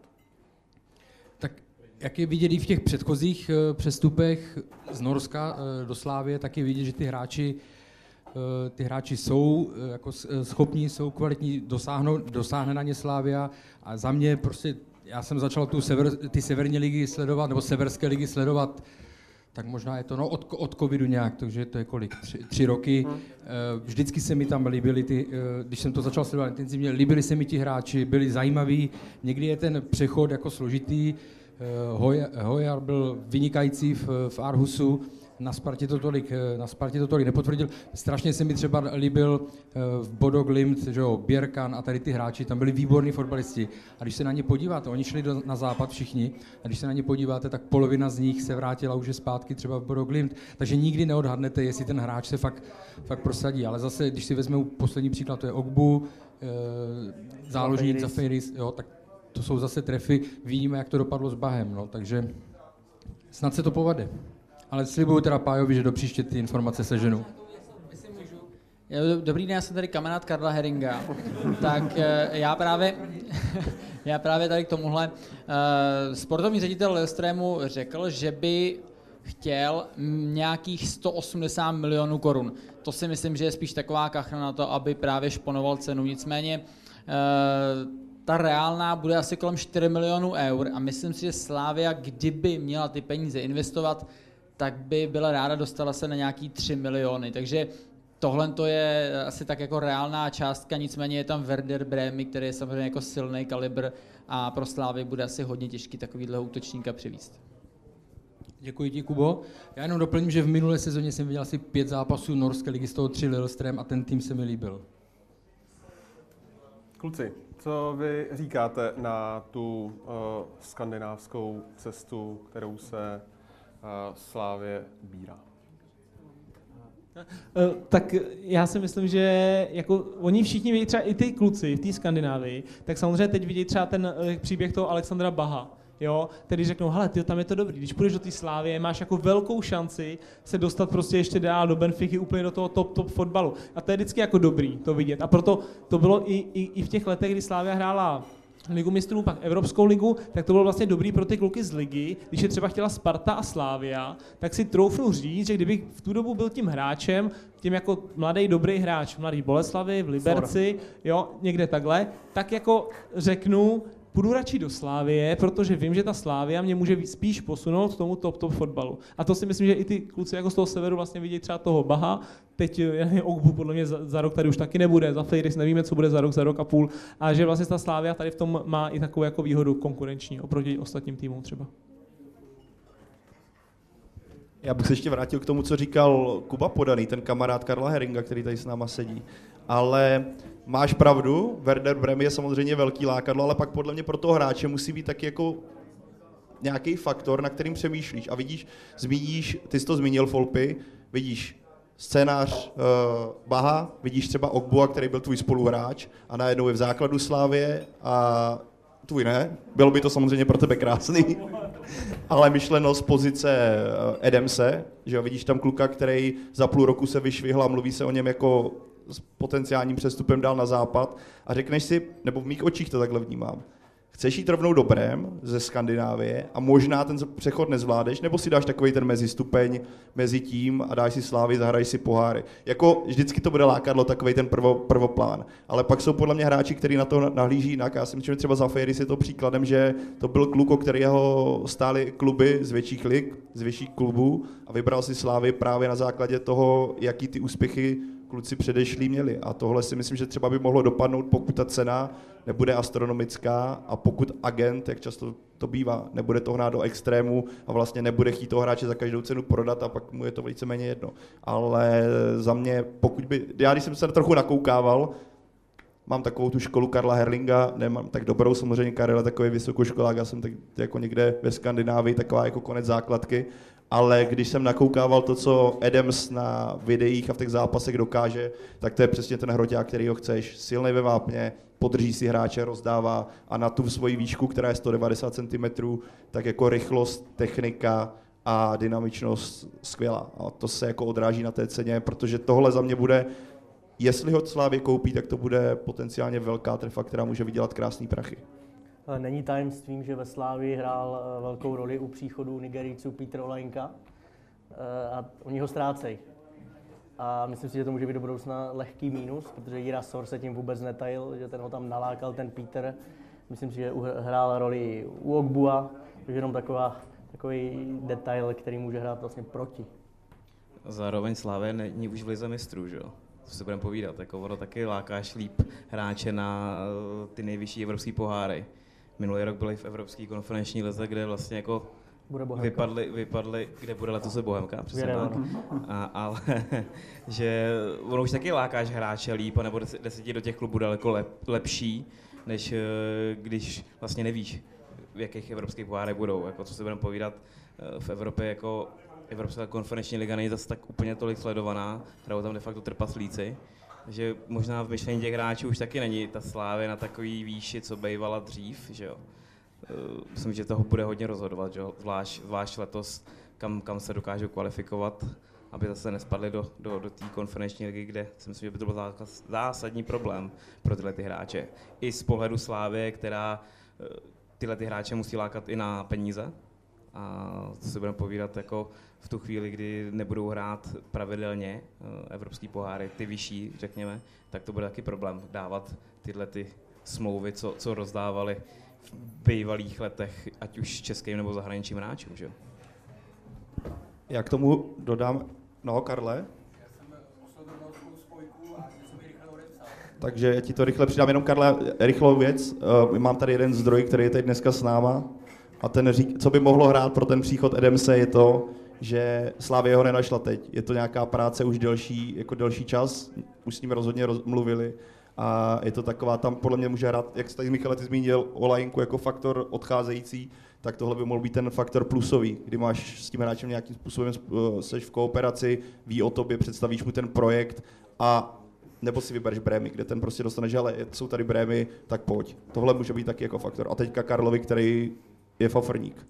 Tak jak je vidět i v těch předchozích přestupech z Norska do Slávie, tak je vidět, že ty hráči, ty hráči jsou jako schopní, jsou kvalitní, dosáhnout, dosáhne na ně Slavia a za mě prostě, já jsem začal tu sever, ty severní ligy sledovat, nebo severské ligy sledovat, tak možná je to no, od, od covidu nějak, takže to je kolik, tři, tři roky. Hmm. Vždycky se mi tam líbily ty, když jsem to začal sledovat intenzivně, líbili se mi ti hráči, byli zajímaví, někdy je ten přechod jako složitý. Hojar byl vynikající v, v Aarhusu, na Spartě to tolik, na Spartě to tolik nepotvrdil. Strašně se mi třeba líbil v Bodo Glimt, že jo, Bjerkan a tady ty hráči, tam byli výborní fotbalisti. A když se na ně podíváte, oni šli do, na západ všichni, a když se na ně podíváte, tak polovina z nich se vrátila už zpátky třeba v Bodo Glimt. Takže nikdy neodhadnete, jestli ten hráč se fakt, fakt prosadí. Ale zase, když si vezmeme poslední příklad, to je Ogbu, e, záložník za Feiris, jo, tak to jsou zase trefy, vidíme, jak to dopadlo s Bahem, no, takže snad se to povede. Ale slibuju teda Pájovi, že do příště ty informace seženu. Dobrý den, já jsem tady kamarád Karla Herringa. Tak já právě, já právě tady k tomuhle. Sportovní ředitel Lillestrømu řekl, že by chtěl nějakých sto osmdesát milionů korun. To si myslím, že je spíš taková kachna na to, aby právě šponoval cenu. Nicméně ta reálná bude asi kolem čtyři milionů eur a myslím si, že Slavia, kdyby měla ty peníze investovat, tak by byla ráda, dostala se na nějaký tři miliony. Takže tohle to je asi tak jako reálná částka, nicméně je tam Werder Bremen, který je samozřejmě jako silný kalibr a pro Slávy bude asi hodně těžký takovýhle útočníka přivízt. Děkuji ti, Kubo. Já jenom doplním, že v minulé sezóně jsem viděl asi pět zápasů norské ligy, z toho tři Lillestrøm a ten tým se mi líbil. Kluci, co vy říkáte na tu uh, skandinávskou cestu, kterou se uh, Slávě ubírá? Uh, tak já si myslím, že jako oni všichni vidí, třeba i ty kluci v té Skandinávii, tak samozřejmě teď vidí třeba ten uh, příběh toho Alexandra Baha. Jo, tedy řeknou, hele, ty, tam je to dobrý, když půjdeš do té Slávie, máš jako velkou šanci se dostat prostě ještě dál do Benfiky, úplně do toho top, top fotbalu. A to je vždycky jako dobrý to vidět. A proto to bylo i, i, i v těch letech, kdy Slavia hrála Ligu mistrů, pak Evropskou ligu, tak to bylo vlastně dobrý pro ty kluky z ligy. Když je třeba chtěla Sparta a Slavia, tak si troufnu říct, že kdybych v tu dobu byl tím hráčem, tím jako mladý dobrý hráč v Mladé Boleslavi, v Liberci, jo, někde takhle, tak jako řeknu, půjdu radši do Slávie, protože vím, že ta Slávia mě může spíš posunout k tomu top, top fotbalu. A to si myslím, že i ty kluci jako z toho severu vlastně vidějí třeba toho Baha. Teď Ogbu podle mě za, za rok tady už taky nebude, za Feiris nevíme, co bude za rok, za rok a půl. A že vlastně ta Slávia tady v tom má i takovou jako výhodu konkurenční oproti ostatním týmům třeba. Já bych se ještě vrátil k tomu, co říkal Kuba Podaný, ten kamarád Karla Herringa, který tady s náma sedí. Ale máš pravdu, Werder Bremen je samozřejmě velký lákadlo, ale pak podle mě pro toho hráče musí být taky jako nějaký faktor, na kterým přemýšlíš a vidíš, zmíníš, ty jsi to zmínil, Folpy, vidíš scénář uh, Baha, vidíš třeba Ogbua, který byl tvůj spoluhráč a najednou je v základu Slávie a tvůj ne. Bylo by to samozřejmě pro tebe krásný, ale myšleno z pozice uh, Adamse, že jo, vidíš tam kluka, který za půl roku se vyšvihl a mluví se o něm jako s potenciálním přestupem dál na západ a řekneš si, nebo v mých očích to takhle vnímám, chceš jít rovnou do Brem ze Skandinávie a možná ten přechod nezvládneš, nebo si dáš takový ten mezistupeň mezi tím a dáš si Slávy, zahraješ si poháry. Jako vždycky to bude lákadlo, takový ten prvo, prvoplán. Ale pak jsou podle mě hráči, kteří na to nahlíží jinak. Já si myslím, že třeba Zafiris je to příkladem, že to byl kluk, o kterého stály kluby z větších lig, z větších klubů a vybral si Slávy právě na základě toho, jaký ty úspěchy kluci předešlí měli. A tohle si myslím, že třeba by mohlo dopadnout, pokud ta cena nebude astronomická a pokud agent, jak často to bývá, nebude to hnát do extrému a vlastně nebude chtít toho hráče za každou cenu prodat a pak mu je to víceméně jedno. Ale za mě, pokud by, já když jsem se trochu nakoukával, mám takovou tu školu Karla Herlinga, nemám tak dobrou, samozřejmě Karel je takový vysokoškolák, já jsem tak jako někde ve Skandinávii, taková jako konec základky, ale když jsem nakoukával to, co Adams na videích a v těch zápasech dokáže, tak to je přesně ten hroťák, který ho chceš. Silný ve vápně, podrží si hráče, rozdává a na tu svoji výšku, která je sto devadesát centimetrů, tak jako rychlost, technika a dynamičnost skvělá. A to se jako odráží na té ceně, protože tohle za mě bude, jestli ho Slávě koupí, tak to bude potenciálně velká trefa, která může vydělat krásný prachy. Není tajemstvím, že ve Slávii hrál velkou roli u příchodu Nigerijců Petr Olajnka a oni ho ztrácejí. A myslím si, že to může být do budoucna lehký mínus, protože Jira Sor se tím vůbec netajil, že ten ho tam nalákal, ten Peter. Myslím si, že hrál roli u Ogbua, takže jenom taková, takový detail, který může hrát vlastně proti. Zároveň Slavia není už v lize mistrů, že jo? To si budeme povídat, jako ono taky lákáš líp hráče na ty nejvyšší evropské poháry. Minulý rok byli v Evropské konferenční lize, kde vlastně jako vypadli, vypadli, kde bude letos Bohemka, přesně tak. A, ale že ono už taky lákáš hráče líp, nebo jde do těch klubů daleko lep, lepší, než když vlastně nevíš, v jakých evropských pohárech budou. Jako, co si budeme povídat, v Evropě jako Evropská konferenční liga není zase tak úplně tolik sledovaná, hrajou tam de facto trpaslíci. Takže možná v myšlení těch hráčů už taky není ta Slávě na takový výši, co bývala dřív, že jo. Myslím, že toho bude hodně rozhodovat, že jo, zvlášť, zvlášť letos, kam, kam se dokážou kvalifikovat, aby zase nespadli do, do, do té konferenční ligy, kde si myslím, že by to byl zásadní problém pro tyhle ty hráče. I z pohledu Slávie, která tyhle ty hráče musí lákat i na peníze. A to si budeme povídat jako v tu chvíli, kdy nebudou hrát pravidelně evropský poháry, ty vyšší, řekněme, tak to bude taky problém dávat tyhle ty smlouvy, co, co rozdávali v bývalých letech, ať už českým nebo zahraničním hráčům, že jo? Já k tomu dodám, no Karle? Takže já ti to rychle přidám, jenom Karle, rychlou věc. Uh, mám tady jeden zdroj, který je teď dneska s náma. A ten řík, co by mohlo hrát pro ten příchod Adamse, je to, že Slavia ho nenašla teď. Je to nějaká práce už delší, jako delší čas, už s ním rozhodně roz, mluvili. A je to taková, tam podle mě může hrát, jak jsi tady Michale, ty zmínil Olajnku jako faktor odcházející, tak tohle by mohl být ten faktor plusový, kdy máš s tím hráčem nějakým způsobem, seš v kooperaci, ví o tobě, představíš mu ten projekt a nebo si vybereš Brémy, kde ten prostě dostane, že ale jsou tady Brémy, tak pojď. Tohle může být taky jako faktor. A teďka Karlovi, který je fafrník.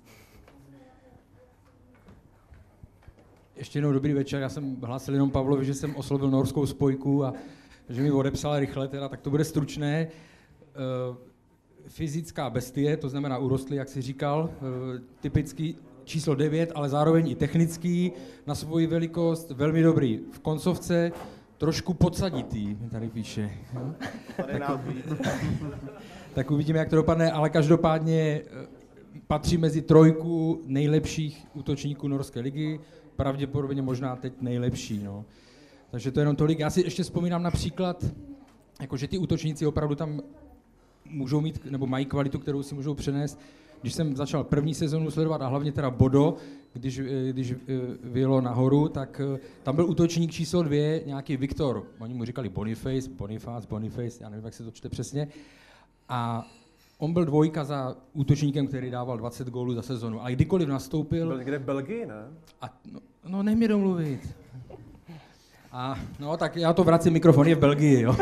Ještě jednou dobrý večer, já jsem hlásil jenom Pavlovi, že jsem oslovil norskou spojku a že mi odepsal rychle, teda, tak to bude stručné. Uh, fyzická bestie, to znamená urostlý, jak jsi říkal, uh, typický číslo devět, ale zároveň i technický, na svoji velikost, velmi dobrý. V koncovce trošku podsaditý, tady píše. tak, tak uvidíme, jak to dopadne, ale každopádně patří mezi trojku nejlepších útočníků norské ligy, pravděpodobně možná teď nejlepší. No. Takže to je jenom tolik. Já si ještě vzpomínám například, jako že ty útočníci opravdu tam můžou mít, nebo mají kvalitu, kterou si můžou přenést. Když jsem začal první sezonu sledovat, a hlavně teda Bodo, když, když vyjelo nahoru, tak tam byl útočník číslo dvě, nějaký Viktor, oni mu říkali Boniface, Boniface, Boniface, já nevím, jak se to čte přesně. A on byl dvojka za útočníkem, který dával dvacet gólů za sezonu, ale kdykoliv nastoupil... Byl někde v Belgii, ne? A, no, no nech mi domluvit. A, no tak já to vracím, mikrofon je v Belgii, jo.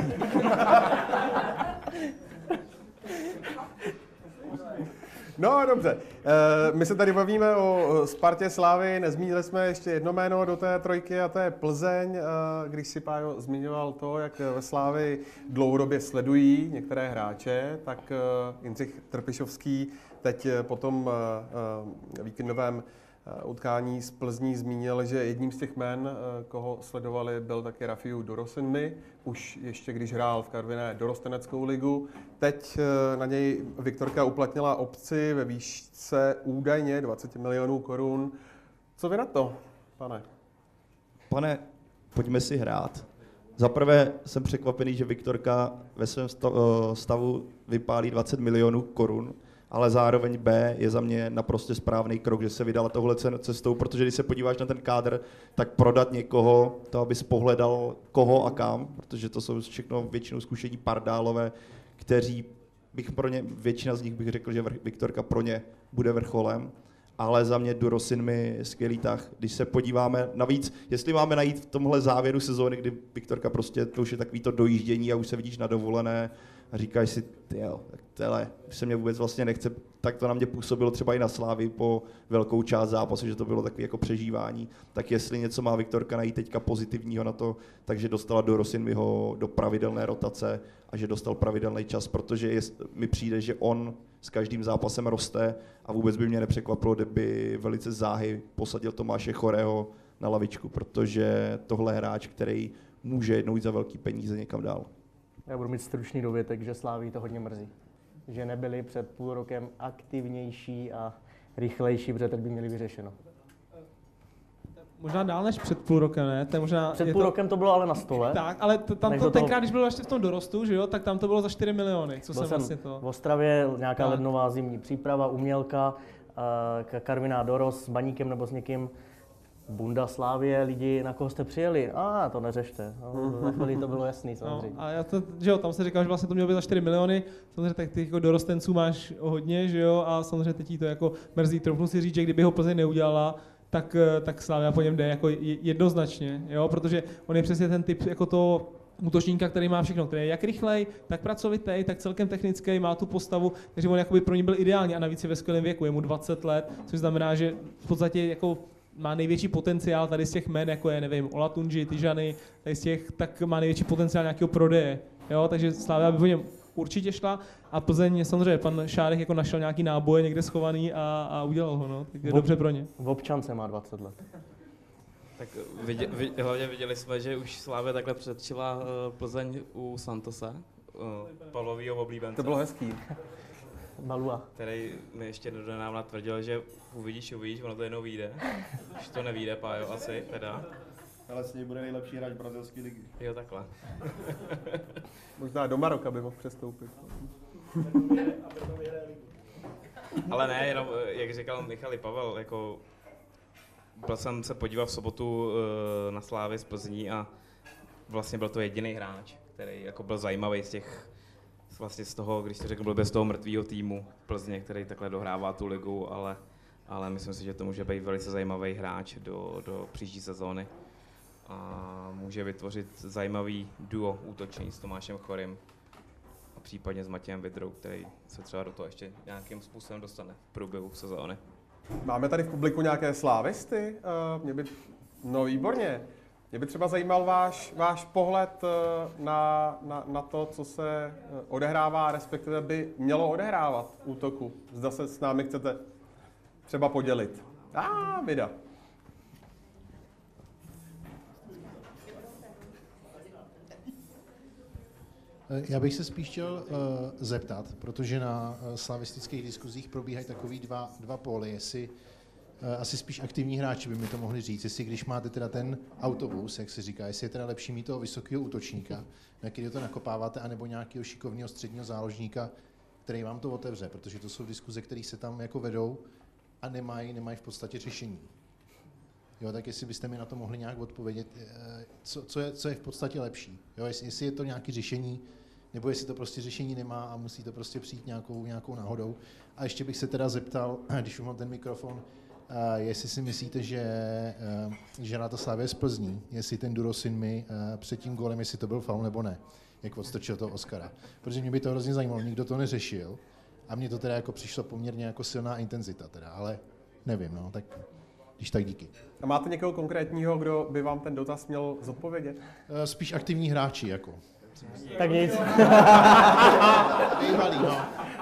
No dobře, e, my se tady bavíme o Spartě, Slávy, nezmínili jsme ještě jedno jméno do té trojky a to je Plzeň. E, když si Pájo zmiňoval to, jak ve Slávy dlouhodobě sledují některé hráče, tak e, Jindřich Trpišovský teď po tom e, víkendovém utkání z Plzní zmínil, že jedním z těch jmen, koho sledovali, byl taky Rafiu Dorosinmi, už ještě když hrál v Karviné dorosteneckou ligu. Teď na něj Viktorka uplatnila opci ve výšce údajně dvacet milionů korun. Co vy na to, pane? Pane, pojďme si hrát. Za prvé jsem překvapený, že Viktorka ve svém stavu vypálí dvacet milionů korun, ale zároveň B je za mě naprosto správný krok, že se vydala tohle cestou, protože když se podíváš na ten kádr, tak prodat někoho, to aby pohledal koho a kam, protože to jsou všechno většinou zkušení pardálové, kteří bych pro ně, většina z nich bych řekl, že Viktorka pro ně bude vrcholem, ale za mě Dorosinmi skvělý tah. Když se podíváme, navíc, jestli máme najít v tomhle závěru sezóny, kdy Viktorka prostě, to už je takový to dojíždění a už se vidíš na dovolené, a říkáš si, jo, tak tohle se mě vůbec vlastně nechce, tak to na mě působilo třeba i na Slávy po velkou část zápasu, že to bylo takové jako přežívání. Tak jestli něco má Viktorka najít teďka pozitivního na to, takže dostala do Rosinmiho do pravidelné rotace a že dostal pravidelný čas, protože je, mi přijde, že on s každým zápasem roste a vůbec by mě nepřekvapilo, kdyby velice záhy posadil Tomáše Chorého na lavičku, protože tohle je hráč, který může jednou jít za velký peníze někam dál. Já budu mít stručný dovětek, že Slávii to hodně mrzí. Že nebyli před půl rokem aktivnější a rychlejší, protože teď by měli vyřešeno. Možná dál než před půl rokem, ne? To je možná, před je půl to... rokem to bylo ale na stole. Tak, ale to, tam to tenkrát, toho... když byl ještě v tom dorostu, že jo, tak tam to bylo za čtyři miliony, co byl jsem vlastně to... v Ostravě, nějaká tak. lednová zimní příprava, umělka, uh, Karviná dorost s Baníkem nebo s někým. Bunda Slávie, lidi, na koho jste přijeli? A ah, to neřešte. No, za chvíli to bylo jasný samozřejmě. No, a já to, že jo, tam se říkal, že vlastně to mělo být za čtyři miliony, samozřejmě tak ty jako dorostenců máš hodně, že jo, a samozřejmě teď jí to jako mrzí. Troufnu si říct, že kdyby ho Plzeň neudělala, tak, tak Slavia po něm jde jako jednoznačně, jo, protože on je přesně ten typ jako to útočníka, který má všechno, který je jak rychlej, tak pracovitý, tak celkem technický, má tu postavu, takže on jakoby pro ní byl ideální a navíc je ve skvělém věku, je mu dvacet let, což znamená, že v podstatě jako má největší potenciál tady z těch jmen, jako je, nevím, Olatunji, Tijany, tady z těch, tak má největší potenciál nějakého prodeje, jo, takže Slavia by po něm určitě šla a Plzeň, samozřejmě, pan Šárek jako našel nějaký náboje někde schovaný a, a udělal ho, no, tak je v, dobře pro ně. V občance má dvacet let. Tak vidě, vidě, hlavně viděli jsme, že už Slavia takhle předčila uh, Plzeň u Santose, uh, Pavlovýho oblíbence. To bylo hezký. Balua. Který mi ještě donedávna tvrdil, že uvidíš, uvidíš, ono to jednou vyjde. Už to nevyjde, Pájo, asi, teda. Ale s něj bude nejlepší hráč brazilské ligy. Jo, takhle. Možná do Maroka by mohl přestoupit. Ale ne, jenom, jak říkal Michal i Pavel, jako byl jsem se podívat v sobotu uh, na Slávy z Plzní a vlastně byl to jediný hráč, který jako byl zajímavý z těch vlastně z toho, když jsi řekl, byl bez toho mrtvýho týmu Plzně, který takhle dohrává tu ligu, ale, ale myslím si, že to může být velice zajímavý hráč do, do příští sezóny a může vytvořit zajímavý duo útočný s Tomášem Chorým a případně s Matějem Vidrou, který se třeba do toho ještě nějakým způsobem dostane v průběhu sezóny. Máme tady v publiku nějaké slávisty? Uh, mě by... No výborně. Mě by třeba zajímal váš, váš pohled na, na, na to, co se odehrává, respektive by mělo odehrávat v útoku. Zda se s námi chcete třeba podělit. A ah, vida. Já bych se spíš chtěl uh, zeptat, protože na uh, slavistických diskuzích probíhají takový dva, dva póly, jestli asi spíš aktivní hráči by mi to mohli říct, jestli když máte teda ten autobus, jak se říká, jestli je teda lepší mít toho vysokého útočníka, na který to nakopáváte, anebo nějakého šikovného středního záložníka, který vám to otevře, protože to jsou diskuze, které se tam jako vedou a nemají, nemají v podstatě řešení. Jo, tak jestli byste mi na to mohli nějak odpovědět, co, co, je, co je v podstatě lepší. Jo, jestli, jestli je to nějaké řešení, nebo jestli to prostě řešení nemá a musí to prostě přijít nějakou, nějakou náhodou. A ještě bych se teda zeptal, když už mám ten mikrofon, uh, jestli si myslíte, že, uh, že na to Slavie z Plzní, jestli ten Durosin mi uh, před tím gólem, jestli to byl faul nebo ne, jak odstrčil toho Oskara. Protože mě by to hrozně zajímalo, nikdo to neřešil a mně to teda jako přišlo poměrně jako silná intenzita teda, ale nevím, no, tak když tak díky. A máte někoho konkrétního, kdo by vám ten dotaz měl zodpovědět? Uh, spíš aktivní hráči, jako. Tak nic. Nejvalý, no.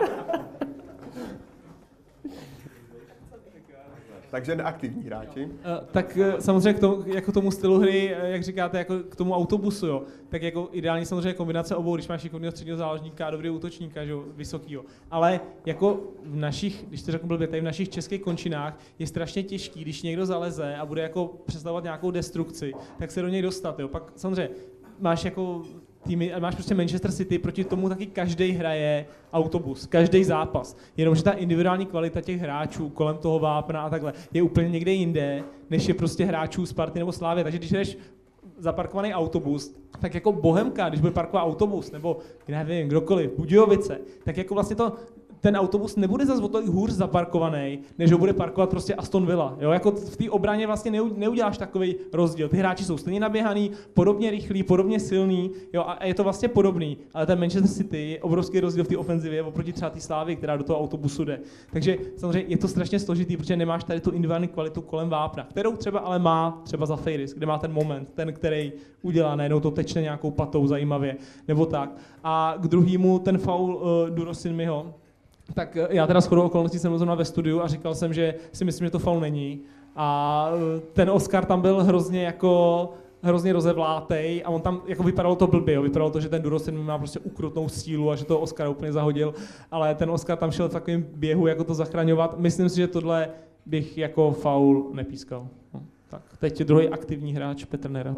Takže neaktivní hráči. Uh, tak uh, samozřejmě k tomu, jako tomu stylu hry, uh, jak říkáte, jako k tomu autobusu, jo, tak jako ideální samozřejmě kombinace obou, když máš šikovného středního záložníka a dobrý útočníka, že jo, vysokýho. Ale jako v našich, když to řeknu blbě, tady v našich českých končinách je strašně těžký, když někdo zaleze a bude jako představovat nějakou destrukci, tak se do něj dostat, jo. Pak samozřejmě máš jako týmy, máš prostě Manchester City, proti tomu taky každý hraje autobus, každý zápas. Jenomže ta individuální kvalita těch hráčů kolem toho vápna a takhle je úplně někde jinde, než je prostě hráčů Sparty nebo Slávy. Takže když jdeš zaparkovaný autobus, tak jako Bohemka, když bude parkovat autobus, nebo nevím, kdokoliv, Budějovice, tak jako vlastně to ten autobus nebude zase o tolik hůř zaparkovaný, než ho bude parkovat prostě Aston Villa. Jo? Jako v té obraně vlastně neuděláš takový rozdíl. Ty hráči jsou stejně naběhaný, podobně rychlí, podobně silný, jo? A je to vlastně podobný, ale ten Manchester City je obrovský rozdíl v té ofenzivě oproti třeba té Slávy, která do toho autobusu jde. Takže samozřejmě je to strašně složitý, protože nemáš tady tu individuální kvalitu kolem vápna, kterou třeba ale má třeba za Fejris, kde má ten moment, ten, který udělá, najednou to tečne nějakou patou zajímavě, nebo tak. A k druhému ten faul uh, Durosinmiho, tak já teda shodou okolností jsem byl zrovna ve studiu a říkal jsem, že si myslím, že to faul není. A ten Oskar tam byl hrozně jako hrozně rozevlátej a on tam jako vypadalo to blbě, jo. Vypadalo to, že ten Durosin má prostě ukrutnou sílu a že to Oskara úplně zahodil, ale ten Oskar tam šel v takovém běhu, jako to zachraňovat. Myslím si, že tohle bych jako faul nepískal. No, tak teď druhý aktivní hráč Petr Nerad.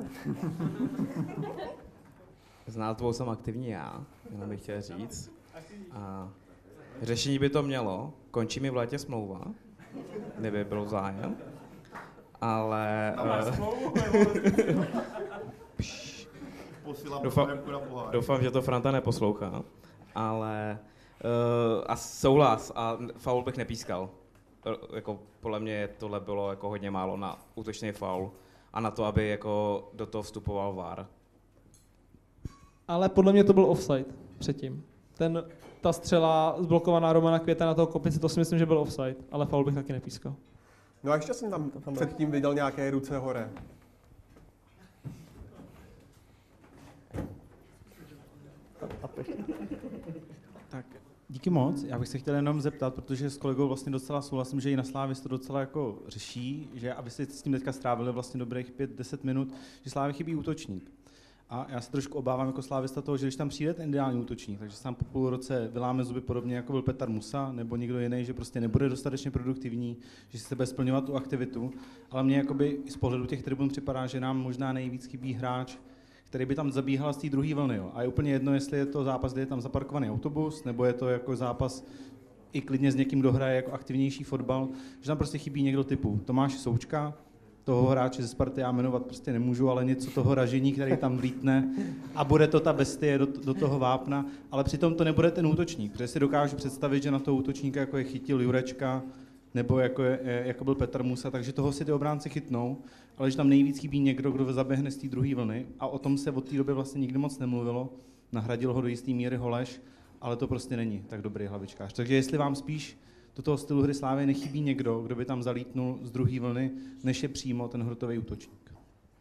Znát tvou jsem aktivní já, jenom bych chtěl říct. A řešení by to mělo, končí mi v létě smlouva, kdyby byl zájem, ale... Uh, doufám, doufám, že to Franta neposlouchá, ale uh, a souhlas a faul bych nepískal. Jako, podle mě tohle bylo jako hodně málo na útočný faul a na to, aby jako do toho vstupoval V A R. Ale podle mě to byl offside předtím. Ten, ta střela zblokovaná Romana Květa na toho Kopice, to si myslím, že byl offside, ale faul bych taky nepískal. No a ještě jsem tam předtím viděl nějaké ruce hore. Tak díky moc. Já bych se chtěl jenom zeptat, protože s kolegou vlastně docela souhlasím, že i na Slávě to docela jako řeší, že aby si s tím teďka strávili vlastně dobrých pět deset minut, že Slávě chybí útočník. A já se trošku obávám jako slávista toho, že když tam přijde ten ideální útočník, takže se tam po půl roce vyláme zuby podobně jako byl Petr Musa nebo někdo jiný, že prostě nebude dostatečně produktivní, že si se bude splňovat tu aktivitu. Ale mně jakoby z pohledu těch tribun připadá, že nám možná nejvíc chybí hráč, který by tam zabíhal z té druhé vlny. Jo. A je úplně jedno, jestli je to zápas, kde je tam zaparkovaný autobus, nebo je to jako zápas i klidně s někým, kdo hraje jako aktivnější fotbal, že tam prostě chybí někdo typu Tomáš Součka, toho hráče ze Sparty já jmenovat prostě nemůžu, ale něco toho ražení, který tam vlítne a bude to ta bestie do, do toho vápna, ale přitom to nebude ten útočník, protože si dokážu představit, že na toho útočníka jako je chytil Jurečka, nebo jako, je, jako byl Petr Musa, takže toho si ty obránci chytnou, ale že tam nejvíc chybí někdo, kdo zaběhne z té druhé vlny a o tom se od té doby vlastně nikdy moc nemluvilo, nahradil ho do jisté míry Holeš, ale to prostě není tak dobrý hlavičkář. Takže jestli vám spíš do toho stylu hry Slávy nechybí někdo, kdo by tam zalítnul z druhé vlny, než je přímo ten hrotový útočník.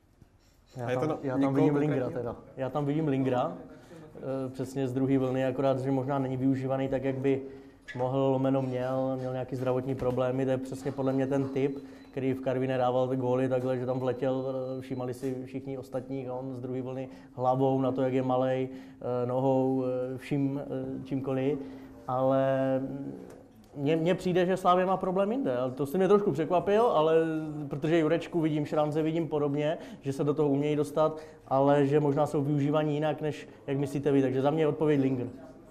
Já tam, já tam vidím Lingra teda. Já tam vidím Lingra, e, přesně z druhé vlny, akorát, že možná není využívaný tak, jak by mohl, lomeno měl, měl nějaký zdravotní problémy, to je přesně podle mě ten typ, který v Karviné dával ty góly takhle, že tam vletěl, všímali si všichni ostatní, on z druhé vlny hlavou na to, jak je malej, nohou, vším, čímkoliv, ale Mně, mně přijde, že Slavia má problém jinde, to si mě trošku překvapil, ale protože Jurečku vidím, Šránce vidím podobně, že se do toho umějí dostat, ale že možná jsou využívaní jinak, než jak myslíte vy, takže za mě je odpověď Linger.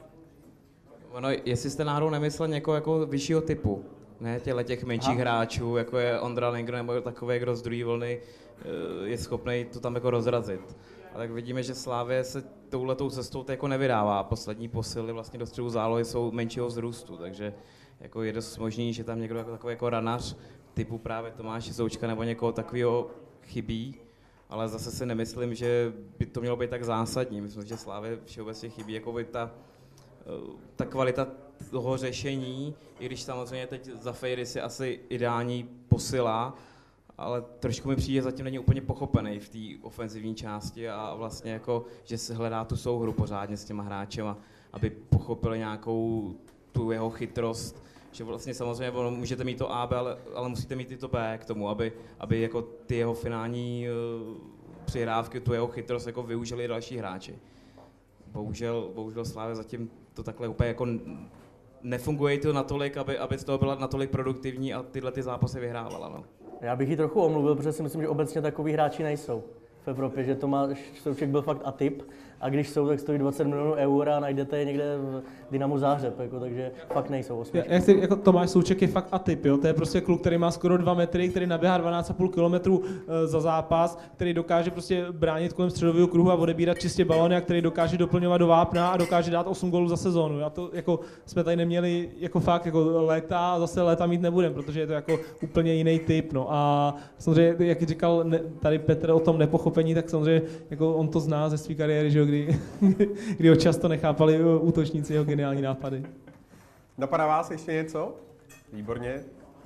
Ono, jestli jste náhodou nemyslel někoho jako vyššího typu, ne těle těch menších Aha. hráčů, jako je Ondra Linger nebo takový, kdo z druhé vlny je schopný to tam jako rozrazit. A tak vidíme, že Slavie se touhletou cestou to jako nevydává. Poslední posily vlastně do středu zálohy jsou menšího vzrůstu, takže jako je dost možný, že tam někdo jako takový jako ranař typu právě Tomáše Součka nebo někoho takového chybí, ale zase si nemyslím, že by to mělo být tak zásadní. Myslím, že Slavie všeobecně chybí jako by ta, ta kvalita toho řešení, i když samozřejmě teď za Fejrys je asi ideální posila, ale trošku mi přijde, zatím není úplně pochopený v té ofenzivní části a vlastně jako, že se hledá tu souhru pořádně s těma hráčema, aby pochopili nějakou tu jeho chytrost, že vlastně samozřejmě můžete mít to A, B, ale, ale musíte mít i to B k tomu, aby, aby jako ty jeho finální uh, přihrávky, tu jeho chytrost jako využili další hráči. Bohužel, bohužel Slavia zatím to takhle úplně jako nefunguje to natolik, aby, aby z toho byla natolik produktivní a tyhle ty zápasy vyhrávala. No. Já bych ji trochu omluvil, protože si myslím, že obecně takový hráči nejsou v Evropě, že Tomáš Souček byl fakt atyp a když jsou, tak stojí dvacet milionů eur a najdete je někde v Dynamu Záhřeb, jako, takže fakt nejsou osmičky. Já chci, jako Tomáš Souček je fakt atyp, jo? To je prostě kluk, který má skoro dva metry, který naběhá dvanáct celá pět kilometru za zápas, který dokáže prostě bránit kolem středového kruhu a odebírat čistě balony a který dokáže doplňovat do vápna a dokáže dát osm gólů za sezónu. Já to jako jsme tady neměli jako fakt jako léta a zase léta mít nebudeme, protože je to jako úplně jiný typ. No. A samozřejmě, jak říkal tady Petr o tom nepochopení, tak samozřejmě jako on to zná ze své kariéry, že Kdy, kdy ho často nechápali útočníci jeho geniální nápady. Napadá vás ještě něco? Výborně.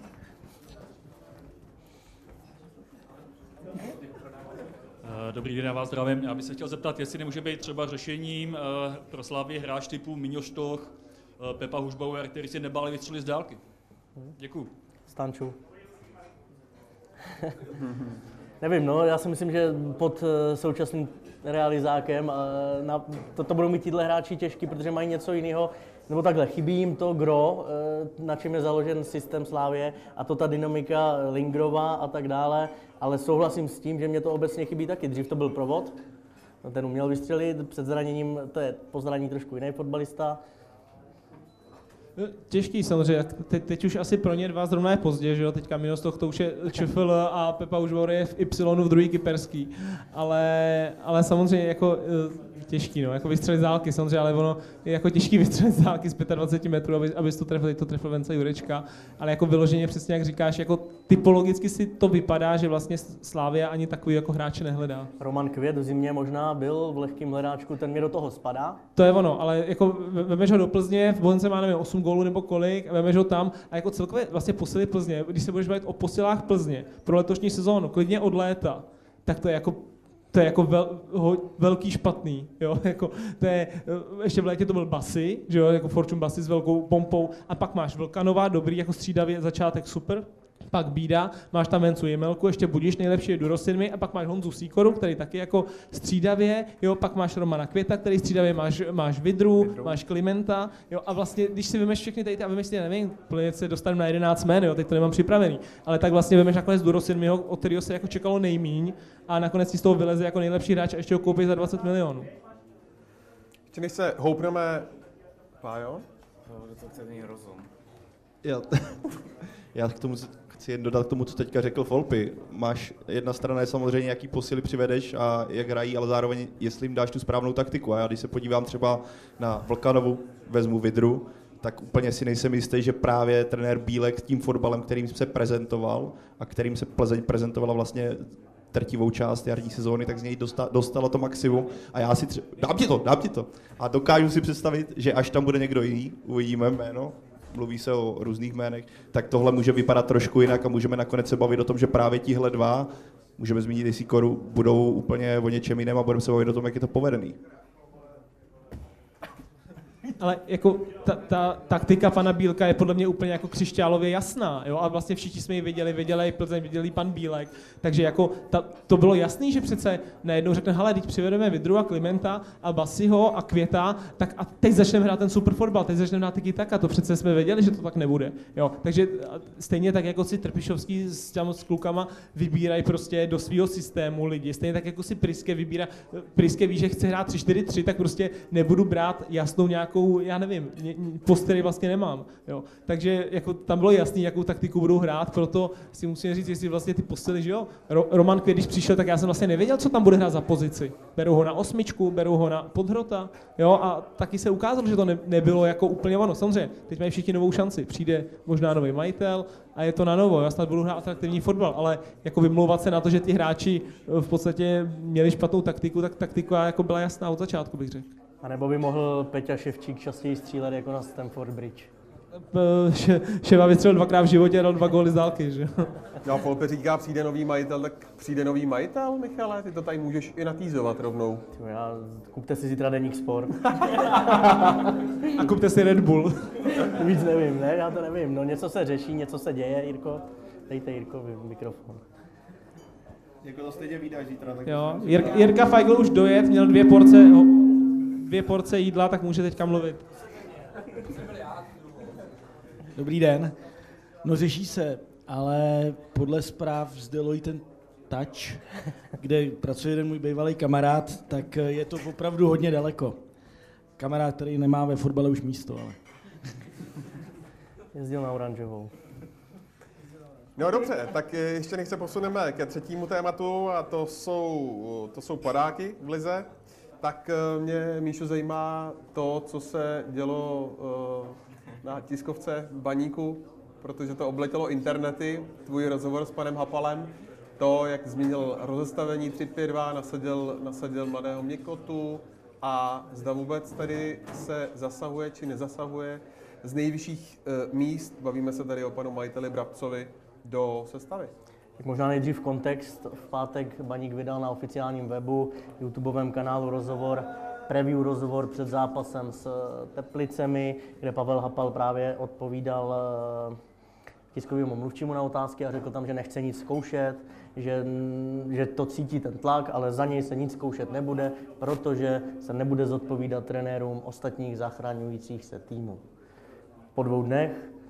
Dobrý den, já vás zdravím. Já bych se chtěl zeptat, jestli nemůže být třeba řešením pro Slavii hráč typu Miňo Štoch, Pepa Hušbauer, který si nebáli vystřelit z dálky. Děkuju. Stanču. Nevím, no, já si myslím, že pod současným realizákem na, to, to budou mít tyhle hráči těžký, protože mají něco jiného, nebo takhle, chybí jim to gro, na čem je založen systém Slavie a to ta dynamika Lingrova a tak dále, ale souhlasím s tím, že mě to obecně chybí taky. Dřív to byl Provod, ten uměl vystřelit, před zraněním, to je po zranění trošku jiný fotbalista. Těžký samozřejmě, Te, teď už asi pro ně dva zrovna je pozdě, že jo, teďka minus toho, to už je ČFL a Pepa Užbor je v Y v druhý kyperský, ale, ale samozřejmě jako těžký, no, jako vystřelit z dálky samozřejmě, ale ono je jako těžký vystřelit z dálky z dvacet pět metrů, aby, abys to trefil, teď to trefil Vence Jurečka, ale jako vyloženě přesně jak říkáš, jako typologicky si to vypadá, že vlastně Slavia ani takový jako hráče nehledá. Roman Květ v zimě možná byl v lehkém hledáčku, ten mě do toho spadá. To je ono, ale jako vemeš ho do Plzně, v Bohemce má nevím, osm gólů nebo kolik, vemeš ho tam a jako celkově vlastně posily Plzně, když se budeš bavit o posilách Plzně pro letošní sezónu, klidně od léta, tak to je jako to je jako vel, ho, velký špatný, jo, jako to je, ještě v létě to byl Basy, že jo, jako Fortune Basy s velkou pompou a pak máš Vlkanová, dobrý, jako střídavě, začátek super, pak Bída, máš tam Vencu Jemelku, ještě Budiš, nejlepší je Durosinmi a pak máš Honzu Sýkoru, který taky jako střídavě, jo, pak máš Romana Květa, který střídavě máš, máš Vidru, Vidru, máš Klimenta, jo, a vlastně, když si vymeš všechny tady ty, a vymeš si, nevím, plně se dostaneme na jedenáct jmén, jo, teď to nemám připravený, ale tak vlastně vymeš nakonec Durosinmiho, od kterého se jako čekalo nejmíň a nakonec si z toho vyleze jako nejlepší hráč a ještě ho koupí za dvacet milionů. Ještě než se houpneme, Pájo? No, to chce mít rozum. Já, já k tomu chci jen dodat k tomu, co teďka řekl Volpi. Máš, jedna strana je samozřejmě, jaký posily přivedeš a jak hrají, ale zároveň, jestli jim dáš tu správnou taktiku. A já když se podívám třeba na Vlkanovu, vezmu Vidru, tak úplně si nejsem jistý, že právě trenér Bílek tím fotbalem, kterým se prezentoval a kterým se Plzeň prezentovala vlastně trtivou část jarní sezóny, tak z něj dosta, dostalo to maximum a já si třeba, dám ti to, dám ti to. A dokážu si představit, že až tam bude někdo jiný, uvidíme jméno, mluví se o různých jménech, tak tohle může vypadat trošku jinak a můžeme nakonec se bavit o tom, že právě tihle dva, můžeme zmínit i Sýkoru, budou úplně o něčem jiném a budeme se bavit o tom, jak je to povedený. Ale jako ta, ta taktika pana Bílka je podle mě úplně jako křišťálově jasná, jo? A vlastně všichni jsme ji viděli, viděli i Plzeň, viděli pan Bílek, takže jako ta, to bylo jasný, že přece najednou řekne, hele, teď přivedeme Vidru a Klimenta a Basiho a Květa, tak a teď začneme hrát ten super fotbal, teď začneme hrát tiki taka, to přece jsme věděli, že to tak nebude, jo? Takže stejně tak jako si Trpišovský s těmi s klukama vybírají prostě do svého systému lidi, stejně tak jako si Priske vybírá, Priske ví, že chce hrát tři čtyři tři, tak prostě nebudu brát jasnou nějakou nějakou, já nevím, post, který vlastně nemám. Jo. Takže jako tam bylo jasný, jakou taktiku budou hrát, proto si musím říct, jestli vlastně ty postely, že jo. Ro, Roman Květ, když přišel, tak já jsem vlastně nevěděl, co tam bude hrát za pozici. Berou ho na osmičku, berou ho na podhrota, jo, a taky se ukázalo, že to ne, nebylo jako úplně ono. Samozřejmě, teď mají všichni novou šanci, přijde možná nový majitel a je to na novo, já snad budu hrát atraktivní fotbal, ale jako vymlouvat se na to, že ty hráči v podstatě měli špatnou taktiku, tak taktika jako byla jasná od začátku, bych řekl. A nebo by mohl Peťa Ševčík častěji střílet jako na Stamford Bridge? Še, Ševa vystřelil dvakrát v životě a dal dva góly z dálky, že? No a Folpe říká, přijde nový majitel, tak přijde nový majitel, Michale? Ty to tady můžeš i natýzovat rovnou. Já, kupte si zítra Deník Sport. A kupte si Red Bull. Víc nevím, ne? Já to nevím. No něco se řeší, něco se děje, Jirko. Dejte Jirkovi mikrofon. Jako to stejně vydáš zítra. Tak jo, Jirka, Jirka Feigl už dojet, měl dvě porce, dvě porce jídla, tak může teďka mluvit. Dobrý den. No řeší se, ale podle zpráv z Deloitte Touch, kde pracuje jeden můj bývalý kamarád, tak je to opravdu hodně daleko. Kamarád, který nemá ve fotbale už místo, ale... Jezdil na oranžovou. No dobře, tak ještě než se posuneme ke třetímu tématu, a to jsou, to jsou padáky v lize, tak mě, Míšo, zajímá to, co se dělo na tiskovce v Baníku, protože to obletělo internety, tvůj rozhovor s panem Hapalem, to, jak změnil rozestavení tři pět dva, nasadil, nasadil mladého Měkotu a zda vůbec tady se zasahuje či nezasahuje z nejvyšších e, míst, bavíme se tady o panu majiteli Brabcovi, do sestavy. Tak možná nejdřív kontext. V pátek Baník vydal na oficiálním webu, YouTubeovém kanálu rozhovor, preview rozhovor před zápasem s Teplicemi, kde Pavel Hapal právě odpovídal tiskovému mluvčímu na otázky a řekl tam, že nechce nic zkoušet, že, že to cítí ten tlak, ale za něj se nic zkoušet nebude, protože se nebude zodpovídat trenérům ostatních zachraňujících se týmů. Po dvou dnech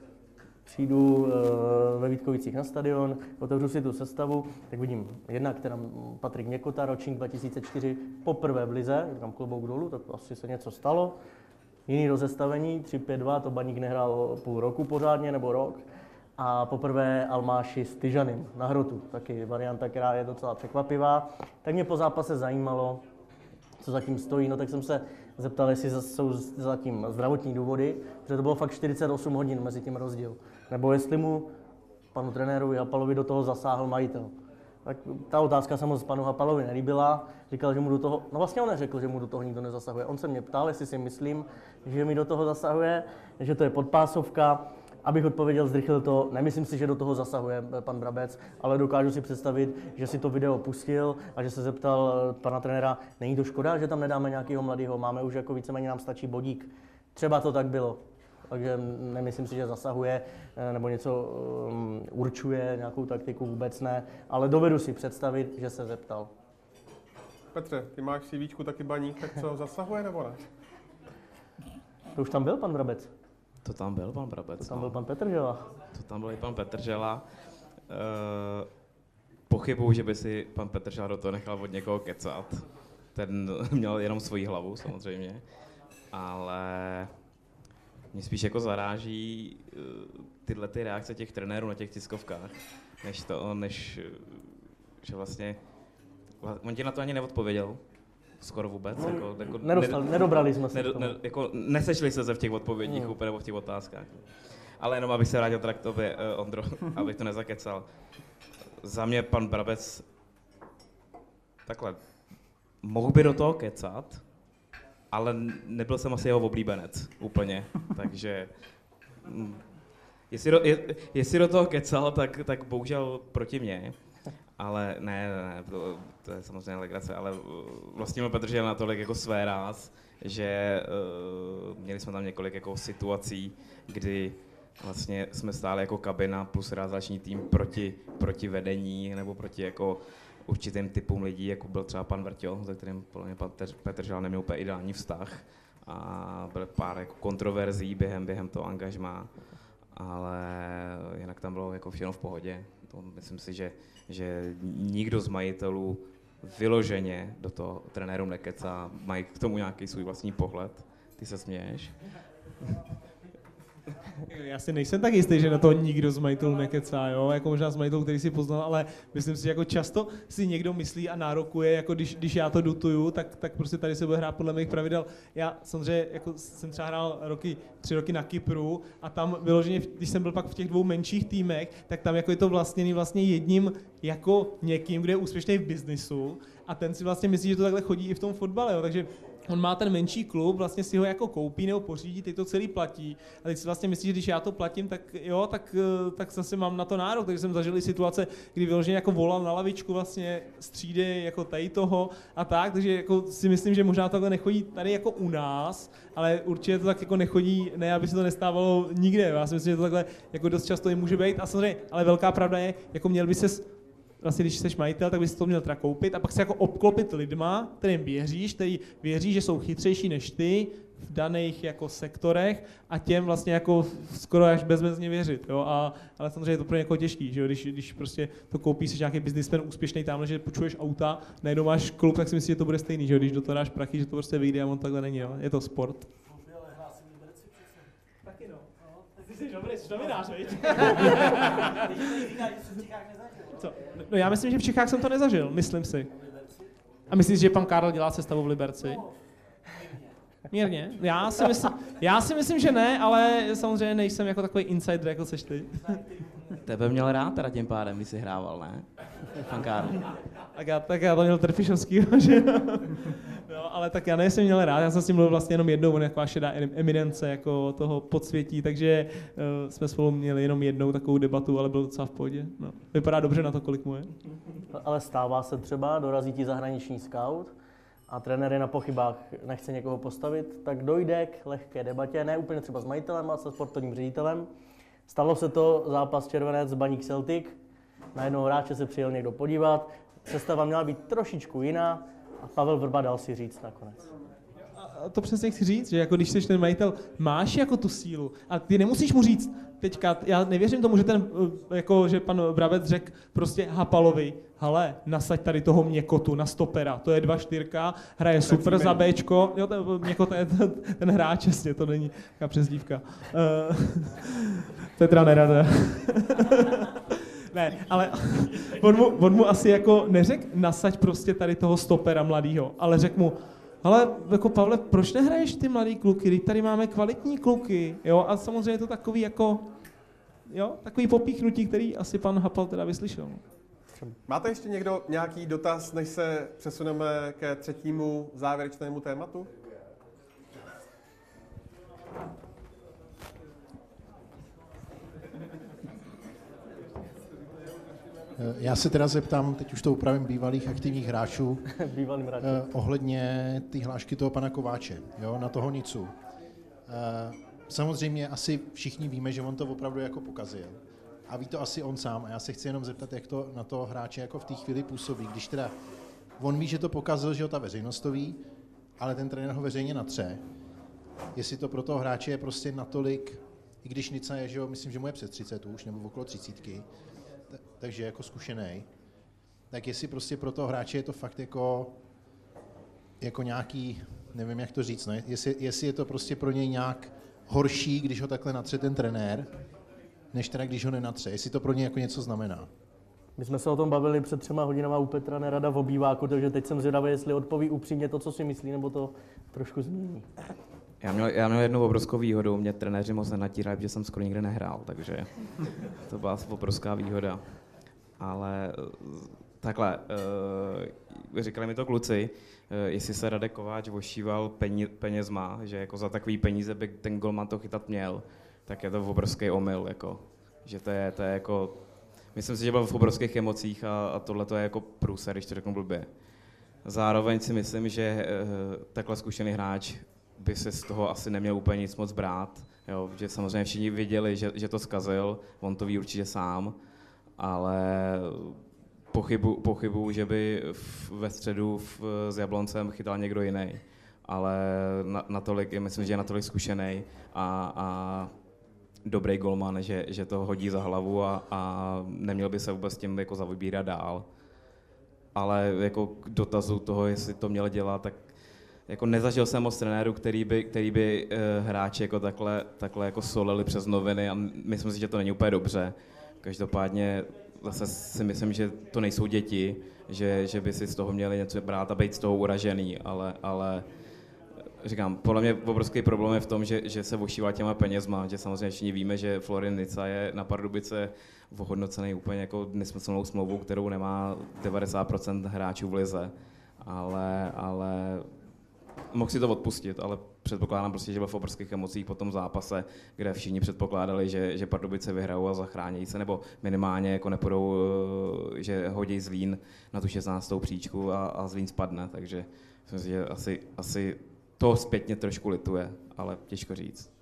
přijdu ve Vítkovicích na stadion, otevřu si tu sestavu, tak vidím jednak teda Patrik Měkota, ročník dva tisíce čtyři, poprvé v lize, říkám klobouk dolů, tak asi se něco stalo. Jiný rozestavení, tři pět dva, to Baník nehrál půl roku pořádně, nebo rok. A poprvé Almáši s Tyžanem na hrotu, taky varianta, která je docela překvapivá. Tak mě po zápase zajímalo, co zatím stojí, no tak jsem se zeptal, jestli jsou zatím zdravotní důvody, protože to bylo fakt čtyřicet osm hodin mezi tím rozdíl. Nebo jestli mu, panu trenérovi Hapalovi, do toho zasáhl majitel. Tak ta otázka se moc panu Hapalovi nelíbila, říkal, že mu do toho, no vlastně on neřekl, že mu do toho nikdo nezasahuje. On se mě ptal, jestli si myslím, že mi do toho zasahuje, že to je podpásovka. Abych odpověděl, zdrychlil to, nemyslím si, že do toho zasahuje pan Brabec, ale dokážu si představit, že si to video pustil a že se zeptal pana trenéra, není to škoda, že tam nedáme nějakého mladého, máme už jako víceméně nám stačí bodík. Třeba to tak bylo, takže nemyslím si, že zasahuje nebo něco um, určuje, nějakou taktiku, vůbec ne, ale dovedu si představit, že se zeptal. Petře, ty máš CVčku taky Baník, tak co, zasahuje nebo ne? To už tam byl pan Brabec. To tam byl pan Brabec. To tam byl pan Petržela. To tam byl i pan Petržela. E, pochybuju, že by si pan Petržela do toho nechal od někoho kecat. Ten měl jenom svoji hlavu samozřejmě. Ale mě spíš jako zaráží tyhle ty reakce těch trenérů na těch tiskovkách, než to, než že vlastně, on ti na to ani neodpověděl. Skoro vůbec. No, jako, jako, nedostal, ne, nedobrali jsme se ne, ne, jako, nesešli se se v těch odpovědích, hmm. úplně nebo v těch otázkách. Ale jenom abych se vrátil teda k tobě, uh, Ondro, abych to nezakecal. Za mě pan Brabec, takhle, mohl by do toho kecat, ale nebyl jsem asi jeho oblíbenec úplně, takže hm, jestli, do, je, jestli do toho kecal, tak, tak bohužel proti mně. Ale ne, ne, to, to je samozřejmě legrace, ale vlastně Petr žil natolik jako své ráz, že uh, měli jsme tam několik jako situací, kdy vlastně jsme stáli jako kabina plus realizační tým proti, proti vedení nebo proti jako určitým typům lidí, jako byl třeba pan Vrťo, se kterým podle mě pan Petr Žil neměl úplně ideální vztah a byly pár jako kontroverzí během, během toho angažmá, ale jinak tam bylo jako všechno v pohodě. To myslím si, že že nikdo z majitelů vyloženě do toho trenérům nekecá, mají k tomu nějaký svůj vlastní pohled. Ty se směješ. Já si nejsem tak jistý, že na to nikdo z majitelů nekecá, jo? Jako možná z majitelů, který si poznal, ale myslím si, že jako často si někdo myslí a nárokuje, jako když, když já to dutuju, tak, tak prostě tady se bude hrát podle mých pravidel. Já samozřejmě jako jsem třeba hrál roky, tři roky na Kypru a tam vyloženě, když jsem byl pak v těch dvou menších týmech, tak tam jako je to vlastněný vlastně jedním jako někým, kdo je úspěšný v biznisu a ten si vlastně myslí, že to takhle chodí i v tom fotbale, jo? Takže on má ten menší klub, vlastně si ho jako koupí nebo pořídí, teď to celý platí. A teď si vlastně myslí, že když já to platím, tak jo, tak, tak zase mám na to nárok. Takže jsem zažil i situace, kdy vyloženě jako volal na lavičku vlastně střídy jako tady toho a tak. Takže jako si myslím, že možná takhle nechodí tady jako u nás, ale určitě to tak jako nechodí, ne, aby se to nestávalo nikde. Já si myslím, že to takhle jako dost často i může být. A samozřejmě, ale velká pravda je, jako měl by se vlastně, když jsi majitel, tak bys to měl teda koupit a pak se jako obklopit lidma, kterým věříš, který věří, že jsou chytřejší než ty v daných jako sektorech a těm vlastně jako skoro až bezmezně věřit, jo, a, ale samozřejmě je to pro ně jako těžký, že jo, když, když prostě to koupíš, jsi nějaký biznismen úspěšný tamhle, že půjčuješ auta, najednou máš klub, tak si myslíš, že to bude stejný, že jo, když do toho dáš prachy, že to prostě vyjde a on takhle není, jo, je to sport. Taky no, no, ty jsi dobrý, jsi novinář, viď? Co? No já myslím, že v Čechách jsem to nezažil, myslím si. A myslíš, že pan Karel dělá sestavu v Liberci? Mírně? Já si myslím, já si myslím, že ne, ale samozřejmě nejsem jako takový insider, jako seš ty. Tebe měl rád teda tím pádem, když jsi hrával, ne? Pan Karel. Tak já, tak já to měl Trpišovskýho, že jo? No, ale tak já nejsem měl rád, já jsem s tím mluvil vlastně jenom jednou, on je taková šedá eminence jako toho podsvětí, takže uh, jsme spolu měli jenom jednou takovou debatu, ale bylo docela v pohodě. No. Vypadá dobře na to, kolik mu je. Ale stává se třeba, dorazí ti zahraniční scout a trenér je na pochybách, nechce někoho postavit, tak dojde k lehké debatě, ne úplně třeba s majitelem, ale se sportovním ředitelem. Stalo se to zápas Červenec Baník Celtic, na jednoho hráče se přijel někdo podívat, sestava měla být trošičku jiná a Pavel Vrba dal si říct nakonec. A to přesně chci říct, že jako když jsi ten majitel, máš jako tu sílu a ty nemusíš mu říct, teďka, já nevěřím tomu, že ten, jako, že pan Brabec řekl prostě Hapalovi, hele, nasaď tady toho Měkotu na stopera, to je dva čtyřka, hraje super za Bčko, jo, ten Měkot je ten, ten hráč, jasně, to není taková přezdívka. Uh, Petra nerada. Ne, ale on mu, on mu asi jako neřekl nasaď prostě tady toho stopera mladýho, ale řekl mu, ale jako Pavle, proč nehraješ ty mladý kluky, když tady máme kvalitní kluky, jo, a samozřejmě je to takový jako, jo, takový popíchnutí, který asi pan Hapal teda vyslyšel. Máte ještě někdo nějaký dotaz, než se přesuneme ke třetímu závěrečnému tématu? Já se teda zeptám, teď už to upravím, bývalých aktivních hráčů, Bývalým hráčům. eh, ohledně ty hlášky toho pana Kováče, jo, na toho Nicu. Eh, samozřejmě asi všichni víme, že on to opravdu jako pokazil. A ví to asi on sám. A já se chci jenom zeptat, jak to na toho hráče jako v té chvíli působí, když teda on ví, že to pokazil, že ho ta veřejnost to ví, ale ten trenér ho veřejně natře. Jestli to pro toho hráče je prostě natolik, i když Nica je, že jo, myslím, že mu je přes třicet už, nebo okolo třicítky, takže jako zkušený, tak jestli prostě pro toho hráče je to fakt jako, jako nějaký, nevím jak to říct, ne? Jestli, jestli je to prostě pro něj nějak horší, když ho takhle natře ten trenér, než teda když ho nenatře, jestli to pro něj jako něco znamená. My jsme se o tom bavili před třema hodinama u Petra Nerada v obýváku, takže teď jsem zvědavý, jestli odpoví upřímně to, co si myslí, nebo to trošku změní. Já měl, já měl jednu obrovskou výhodu, mě trenéři moc nenatírali, protože jsem skoro nikdy nehrál, takže to byla obrovská výhoda. Ale takhle, uh, říkali mi to kluci, uh, jestli se Radek Kováč ošíval peníz, penězma, že jako za takový peníze by ten golman to chytat měl, tak je to obrovský omyl, jako, že to je, to je jako, myslím si, že byl v obrovských emocích a, a tohle to je jako průser, když to řeknu blbě. Zároveň si myslím, že uh, takhle zkušený hráč by se z toho asi neměl úplně nic moc brát, jo, že samozřejmě všichni viděli, že, že to zkazil, on to ví určitě sám, ale pochybu, pochybu že by v, ve středu v, s Jabloncem chytal někdo jiný, ale na, natolik, myslím, že je natolik zkušený a, a dobrý golman, že, že to hodí za hlavu a, a neměl by se vůbec tím jako zavybírat dál. Ale jako k dotazu toho, jestli to měl dělat, tak jako nezažil jsem moc trenérů, který by, který by uh, hráči jako takhle, takhle jako solili přes noviny a myslím si, že to není úplně dobře. Každopádně zase si myslím, že to nejsou děti, že, že by si z toho měli něco brát a být z toho uražený, ale, ale říkám, podle mě obrovský problém je v tom, že, že se ošívá těma penězma, že samozřejmě všichni víme, že Florin Nica je na Pardubice ohodnocený úplně jako nesmyslnou smlouvu, kterou nemá devadesát procent hráčů v lize, ale, ale mohl si to odpustit, ale předpokládám prostě, že byl v obrovských emocích po tom zápase, kde všichni předpokládali, že, že Pardubice vyhrajou a zachrání se, nebo minimálně jako nepůjdou, že hodí Zlín na tu šestnáctou příčku a, a Zlín spadne, takže myslím si, že asi, asi to zpětně trošku lituje, ale těžko říct.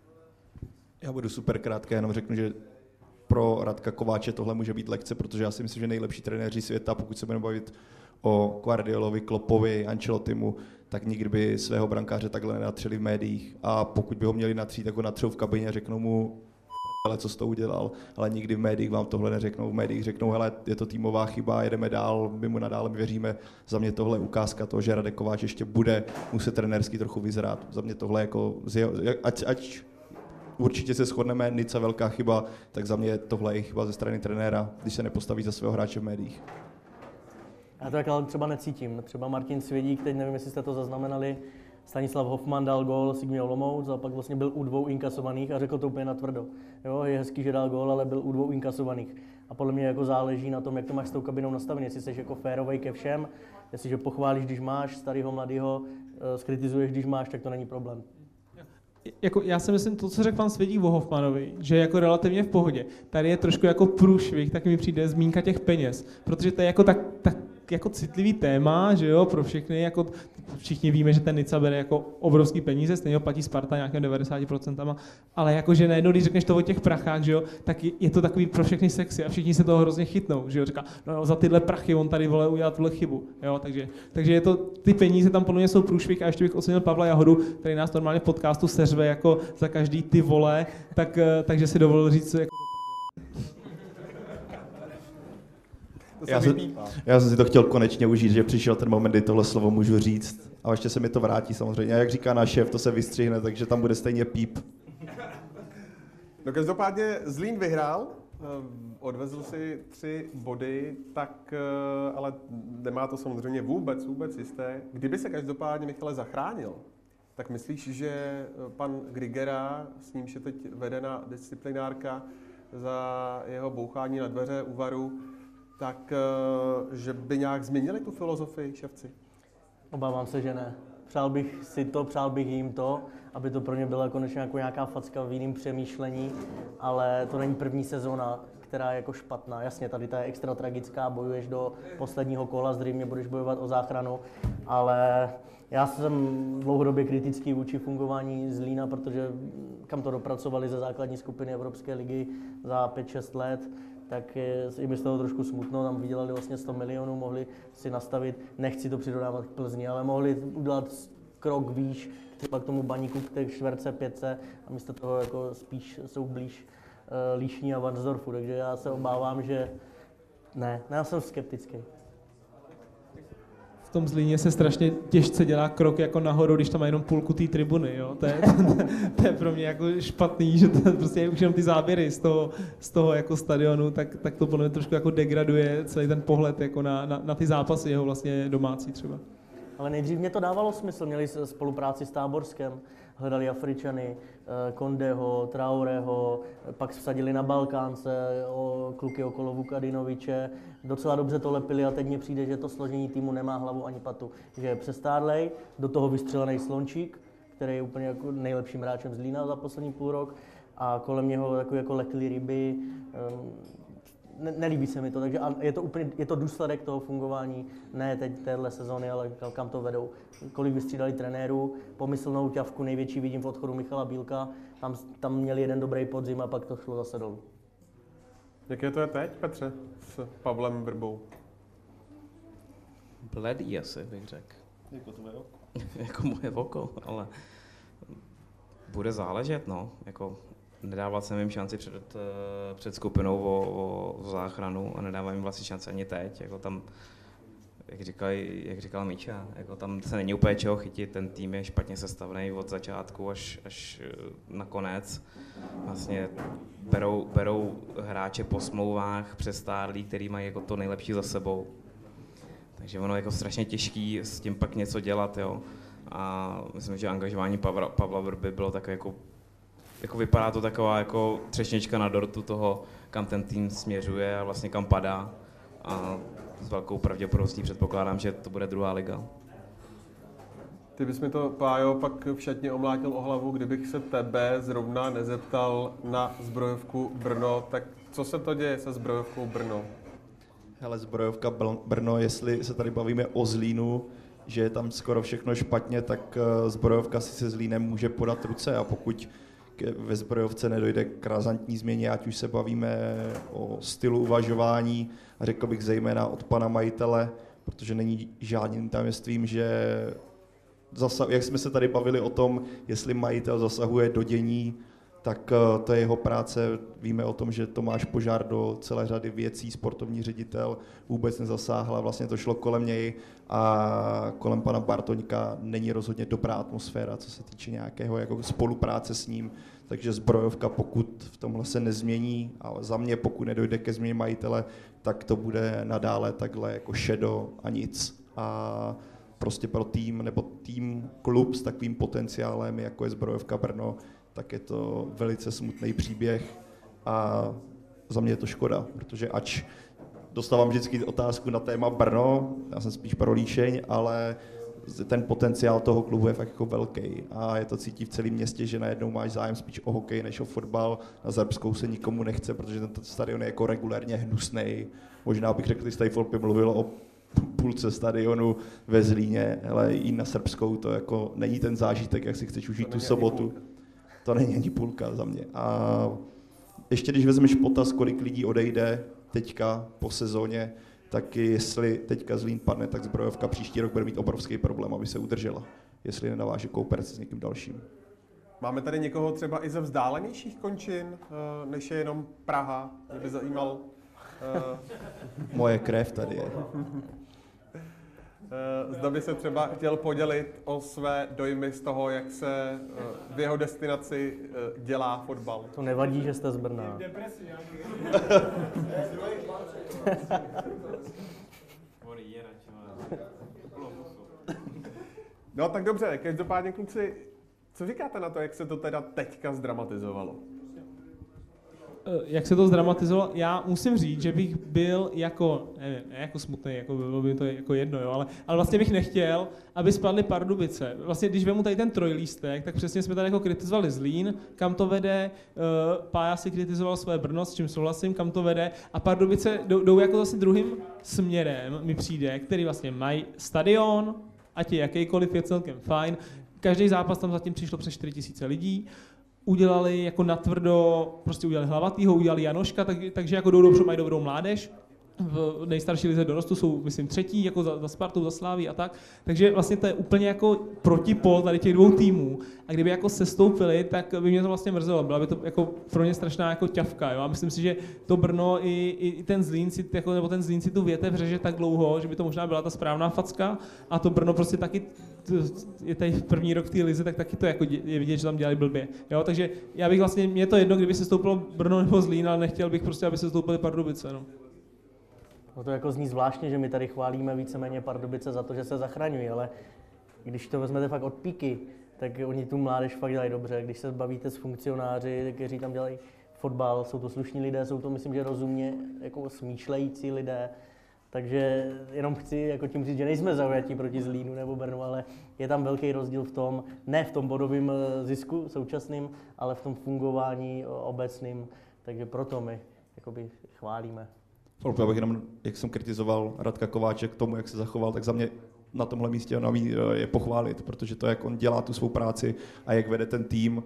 Já budu super krátký, jenom řeknu, že pro Radka Kováče tohle může být lekce, protože já si myslím, že nejlepší trenéři světa, pokud se budeme bavit o Guardiolovi, Kloppovi, Ancelottimu, tak nikdy by svého brankáře takhle nenatřeli v médiích. A pokud by ho měli natřít, tak ho natřou v kabině a řeknou mu, ale co jsi to udělal, ale nikdy v médiích vám tohle neřeknou. V médiích řeknou, hele, je to týmová chyba, jedeme dál, my mu nadále věříme. Za mě tohle je ukázka toho, že Radek Kováč ještě bude muset trenérsky trochu vyzrát. Za mě tohle jako, ať, ať určitě se shodneme, Nica velká chyba, tak za mě tohle je chyba ze strany trenéra, když se nepostaví za svého hráče v médiích. Já to tak ale třeba necítím. Třeba Martin Svědík, teď nevím, jestli jste to zaznamenali, Stanislav Hoffman dal gól Sigmy Olomouc a pak vlastně byl u dvou inkasovaných a řekl to úplně natvrdo. Jo, je hezký, že dal gól, ale byl u dvou inkasovaných. A podle mě jako záleží na tom, jak to máš s tou kabinou nastavený, jestli jsi jako férovej ke všem, jestliže pochválíš, když máš, starýho, mladýho, skritizuješ, když máš, tak to není problém. Jako, já si myslím, to, co řekl pan Svědík o Hoffmanovi, že je jako relativně v pohodě. Tady je trošku jako průšvih, tak mi přijde zmínka těch peněz, protože to je jako tak, tak jako citlivý téma, že jo, pro všechny, jako všichni víme, že ten Nica bere jako obrovský peníze, stejně ho platí Sparta nějakým devadesát procent, ale jakože najednou, když řekneš to o těch prachách, že jo, tak je to takový pro všechny sexy a všichni se toho hrozně chytnou, že jo, říká, no jo, za tyhle prachy on tady vole udělat tuhle chybu, jo, takže, takže je to, ty peníze tam podle mě jsou průšvih a ještě bych ocenil Pavla Jahodu, který nás normálně v podcastu seřve jako za každý ty vole, tak, takže si dovolil říct jako Já jsem, já jsem si to chtěl konečně užít, že přišel ten moment, kdy tohle slovo můžu říct. A ještě se mi to vrátí samozřejmě. A jak říká náš šéf, to se vystřihne, takže tam bude stejně píp. No každopádně Zlín vyhrál, odvezl si tři body, tak ale nemá to samozřejmě vůbec, vůbec jisté. Kdyby se každopádně Michale zachránil, tak myslíš, že pan Grigera, s nímž je teď vedena disciplinárka za jeho bouchání na dveře u VARu, tak že by nějak změnili tu filozofii ševci? Obávám se, že ne. Přál bych si to, přál bych jim to, aby to pro ně byla konečně jako nějaká facka v jiném přemýšlení, ale to není první sezóna, která je jako špatná. Jasně, tady ta je extra tragická, bojuješ do posledního kola, zřejmě budeš bojovat o záchranu, ale já jsem dlouhodobě kritický vůči fungování Zlína, protože kam to dopracovali ze základní skupiny Evropské ligy za pět šest let, tak je mi z toho trošku smutno, tam vydělali vlastně sto milionů, mohli si nastavit, nechci to přidodávat k Plzni, ale mohli udělat krok výš, třeba k tomu Baníku, k té čtverce, pětce a místo toho jako spíš jsou blíž uh, Líšní a Varnsdorfu, takže já se obávám, že ne, ne, já jsem skeptický. V tom Zlíně se strašně těžce dělá krok jako nahoru, když tam má jenom půlku té tribuny, jo? To je, to, to je pro mě jako špatný, že to prostě už jenom ty záběry z toho, z toho jako stadionu, tak, tak to podle mě trošku jako degraduje celý ten pohled jako na, na, na ty zápasy jeho vlastně domácí třeba. Ale nejdřív mě to dávalo smysl, měli spolupráci s Táborskem, hledali Afričany, Kondeho, Traoreho, pak vsadili na Balkánce, o kluky okolo Vukadinoviče, docela dobře to lepili a teď mně přijde, že to složení týmu nemá hlavu ani patu. Že je přestárlej, do toho vystřelený Slončík, který je úplně jako nejlepším hráčem Zlína za poslední půl rok a kolem něho takový jako leklý ryby. Ne, nelíbí se mi to, takže je to úplně, je to důsledek toho fungování, ne teď téhle sezóny, ale kam to vedou. Kolik vystřídali trenérů, pomyslnou ťavku největší vidím v odchodu Michala Bílka, tam, tam měli jeden dobrý podzim a pak to šlo zase dolů. Jaké to je teď, Petře, s Pavlem Vrbou? Bledý asi, bych řekl. Jako tvoje oko. Jako moje oko, ale bude záležet, no, jako nedával jsem jim šanci před, před skupinou o, o záchranu a nedávám jim vlastně šanci ani teď. Jako tam jak, říkali, jak říkala Míča, jako tam se není úplně čeho chytit, ten tým je špatně sestavený od začátku až, až na konec. Vlastně berou, berou hráče po smlouvách přestárlí, který mají jako to nejlepší za sebou. Takže ono je jako strašně těžký s tím pak něco dělat, jo. A myslím, že angažování Pavla, Pavla Vrby bylo takové jako, jako vypadá to taková jako třešnička na dortu toho, kam ten tým směřuje a vlastně kam padá. A s velkou pravděpodobností předpokládám, že to bude druhá liga. Ty bys mi to, Pájo, pak v šatně omlátil o hlavu, kdybych se tebe zrovna nezeptal na Zbrojovku Brno, tak co se to děje se Zbrojovkou Brno? Hele, Zbrojovka Brno, jestli se tady bavíme o Zlínu, že je tam skoro všechno špatně, tak Zbrojovka si se Zlínem může podat ruce a pokud ve Zbrojovce nedojde k razantní změně, ať už se bavíme o stylu uvažování a řekl bych zejména od pana majitele, protože není žádným tajemstvím, že zasa, jak jsme se tady bavili o tom, jestli majitel zasahuje do dění, tak to je jeho práce. Víme o tom, že Tomáš Požár do celé řady věcí, sportovní ředitel, vůbec nezasáhl a vlastně to šlo kolem něj a kolem pana Bartoňka není rozhodně dobrá atmosféra, co se týče nějakého jako spolupráce s ním. Takže Zbrojovka, pokud v tomhle se nezmění, a za mě pokud nedojde ke změně majitele, tak to bude nadále takhle jako šedo a nic. A prostě pro tým nebo tým, klub s takovým potenciálem, jako je Zbrojovka Brno, tak je to velice smutný příběh a za mě je to škoda, protože ač dostávám vždycky otázku na téma Brno, já jsem spíš pro Líšeň, ale ten potenciál toho klubu je fakt jako velký a je to cítí v celém městě, že najednou máš zájem spíš o hokej než o fotbal. Na Zerbskou se nikomu nechce, protože ten stadion je jako regulérně hnusnej. Možná bych řekl, že tady Folpy mluvil o půlce stadionu ve Zlíně, ale i na Srbskou to jako není ten zážitek, jak si chceš užít tu sobotu. To není ani půlka za mě. A ještě když vezmeš potaz, kolik lidí odejde teďka po sezóně, tak jestli teďka Zlín padne, tak Zbrojovka příští rok bude mít obrovský problém, aby se udržela, jestli nenaváže kooperaci s někým dalším. Máme tady někoho třeba i ze vzdálenějších končin, než je jenom Praha, mě by zajímal. Moje krev tady je. Zda by se třeba chtěl podělit o své dojmy z toho, jak se v jeho destinaci dělá fotbal. To nevadí, že jste z Brna. No tak dobře, každopádně kluci, co říkáte na to, jak se to teda teďka zdramatizovalo? Jak se to zdramatizovalo, já musím říct, že bych byl jako, nevím, ne jako smutný, jako bylo by to jako jedno, jo, ale, ale vlastně bych nechtěl, aby spadly Pardubice. Vlastně, když vemu tady ten trojlístek, tak přesně jsme tady jako kritizovali Zlín, kam to vede, uh, Pája si kritizoval své Brno, s čím souhlasím, kam to vede, a Pardubice jdou, jdou jako zase druhým směrem, mi přijde, který vlastně mají stadion, ať je jakýkoliv, je celkem fajn, každý zápas tam zatím přišlo přes čtyři tisíce lidí, udělali jako natvrdo, prostě udělali Hlavatýho, udělali Janoška, tak, takže jako jdou dobře, mají dobrou mládež. V nejstarší lize dorostu jsou, myslím, třetí, jako za, za Spartou, za Sláví a tak. Takže vlastně to je úplně jako protipol tady těch dvou týmů. A kdyby jako sestoupili, tak by mě to vlastně mrzelo. Byla by to jako pro ně strašná jako ťavka. Jo? A myslím si, že to Brno i, i ten Zlín si, jako, nebo ten Zlín si tu větev řeže tak dlouho, že by to možná byla ta správná facka. A to Brno prostě taky, je tady první rok v té lize, tak taky to jako je vidět, že tam dělali blbě. Jo? Takže já bych vlastně, mě to jedno, kdyby se stoupilo Brno nebo Zlín, ale nechtěl bych prostě, aby se stoupili Pardubice. No. No to jako zní zvláštně, že my tady chválíme víceméně Pardubice za to, že se zachraňují, ale když to vezmete fakt od píky, tak oni tu mládež fakt dělají dobře. Když se bavíte s funkcionáři, kteří tam dělají fotbal, jsou to slušní lidé, jsou to, myslím, že rozumně jako smýšlející lidé. Takže jenom chci jako tím říct, že nejsme zaujatí proti Zlínu nebo Brnu, ale je tam velký rozdíl v tom, ne v tom bodovém zisku současným, ale v tom fungování obecným. Takže proto my jakoby chválíme. Já bych jenom, jak jsem kritizoval Radka Kováče k tomu, jak se zachoval, tak za mě na tomhle místě je pochválit, protože to, jak on dělá tu svou práci a jak vede ten tým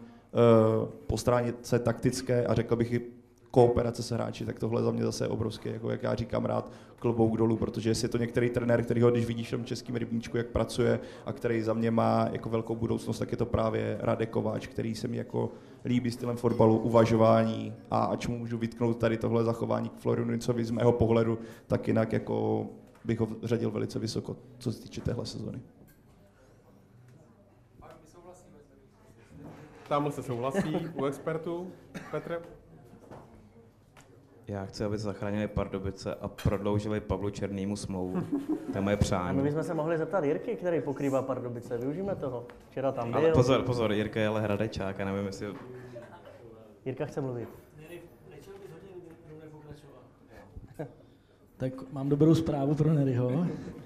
po stránce taktické a řekl bych i kooperace se hráči, tak tohle za mě zase je obrovské, jako jak já říkám rád, klobouk dolů, protože jestli je to některý trenér, který ho, když vidíš v tom českém rybníčku, jak pracuje a který za mě má jako velkou budoucnost, tak je to právě Radek Kováč, který se mi jako líbí stylem fotbalu, uvažování a ač mu můžu vytknout tady tohle zachování k Florianu Nicovi z mého pohledu, tak jinak jako bych ho řadil velice vysoko, co se týče téhle sezony. Tamhle se souhlasí u expertů. Petr? Já chci, aby se zachránili Pardubice a prodloužili Pavlu Černýmu smlouvu. To je moje A přání. my bychom se mohli zeptat Jirky, který pokrývá Pardubice. Využijeme toho. Včera tam byl. Ale pozor, pozor, Jirka je ale Hradečák, já nevím, jestli... Jirka chce mluvit. Tak mám dobrou zprávu pro Neryho.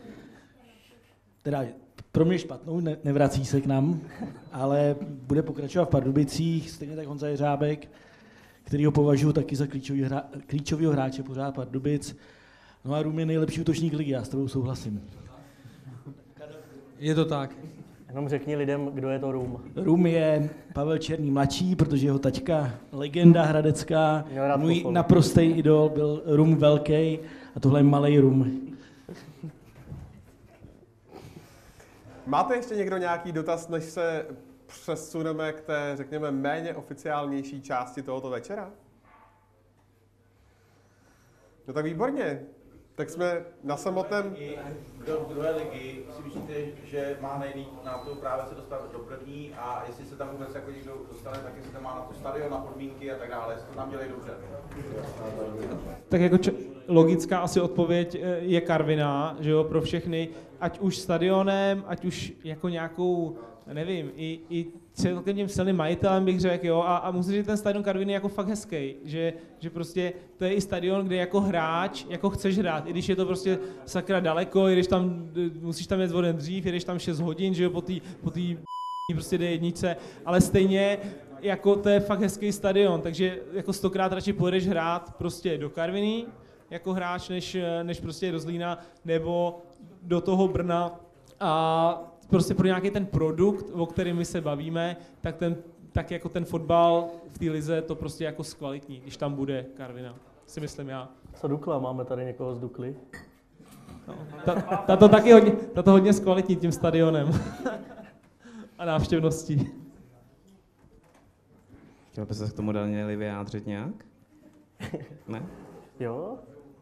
Teda pro mě špatnou, ne, nevrací se k nám, ale bude pokračovat v Pardubicích, stejně tak Honza Jeřábek, který ho považuji taky za klíčový hra, klíčovýho hráče pořád Pardubic. No a Rum je nejlepší útočník ligy, já s tebou souhlasím. Je to tak. Jenom řekni lidem, kdo je to Rum. Rum je Pavel Černý mladší, protože jeho taťka, legenda hradecká, můj naprostý idol byl Rum velký a tohle je malej Rum. Máte ještě někdo nějaký dotaz, než se přesuneme k té, řekněme, méně oficiálnější části tohoto večera? No tak výborně. Tak jsme na samotném... Do druhé ligy si myslíte, že má nejlíp na to právě se dostat do první a jestli se tam vůbec jako někdo dostane, tak jestli tam má na to stadion, na podmínky a tak dále, jestli to tam dělají dobře. Tak jako č- logická asi odpověď je Karviná, že jo, pro všechny, ať už stadionem, ať už jako nějakou, nevím, i, i celkem tím silným majitelem bych řekl, jo, a, a musím říct, ten stadion Karviny je jako fakt hezký, že, že prostě to je i stadion, kde jako hráč, jako chceš hrát, i když je to prostě sakra daleko, i když tam, musíš tam jet o den dřív, jedeš tam šest hodin, že jo, po té po tý prostě D jedničce, ale stejně jako to je fakt hezký stadion, takže jako stokrát radši pojedeš hrát prostě do Karviny jako hráč, než, než prostě do Zlína nebo do toho Brna a prostě pro nějaký ten produkt, o kterém my se bavíme, tak, ten, tak jako ten fotbal v té lize to prostě jako zkvalitní, když tam bude Karvina, si myslím já. Co Dukla? Máme tady někoho z Dukly? No, ta, ta to taky hodně, ta to hodně zkvalitní tím stadionem a návštěvností. Chtěl by se k tomu Danieli vyjádřit nějak? Ne? Jo?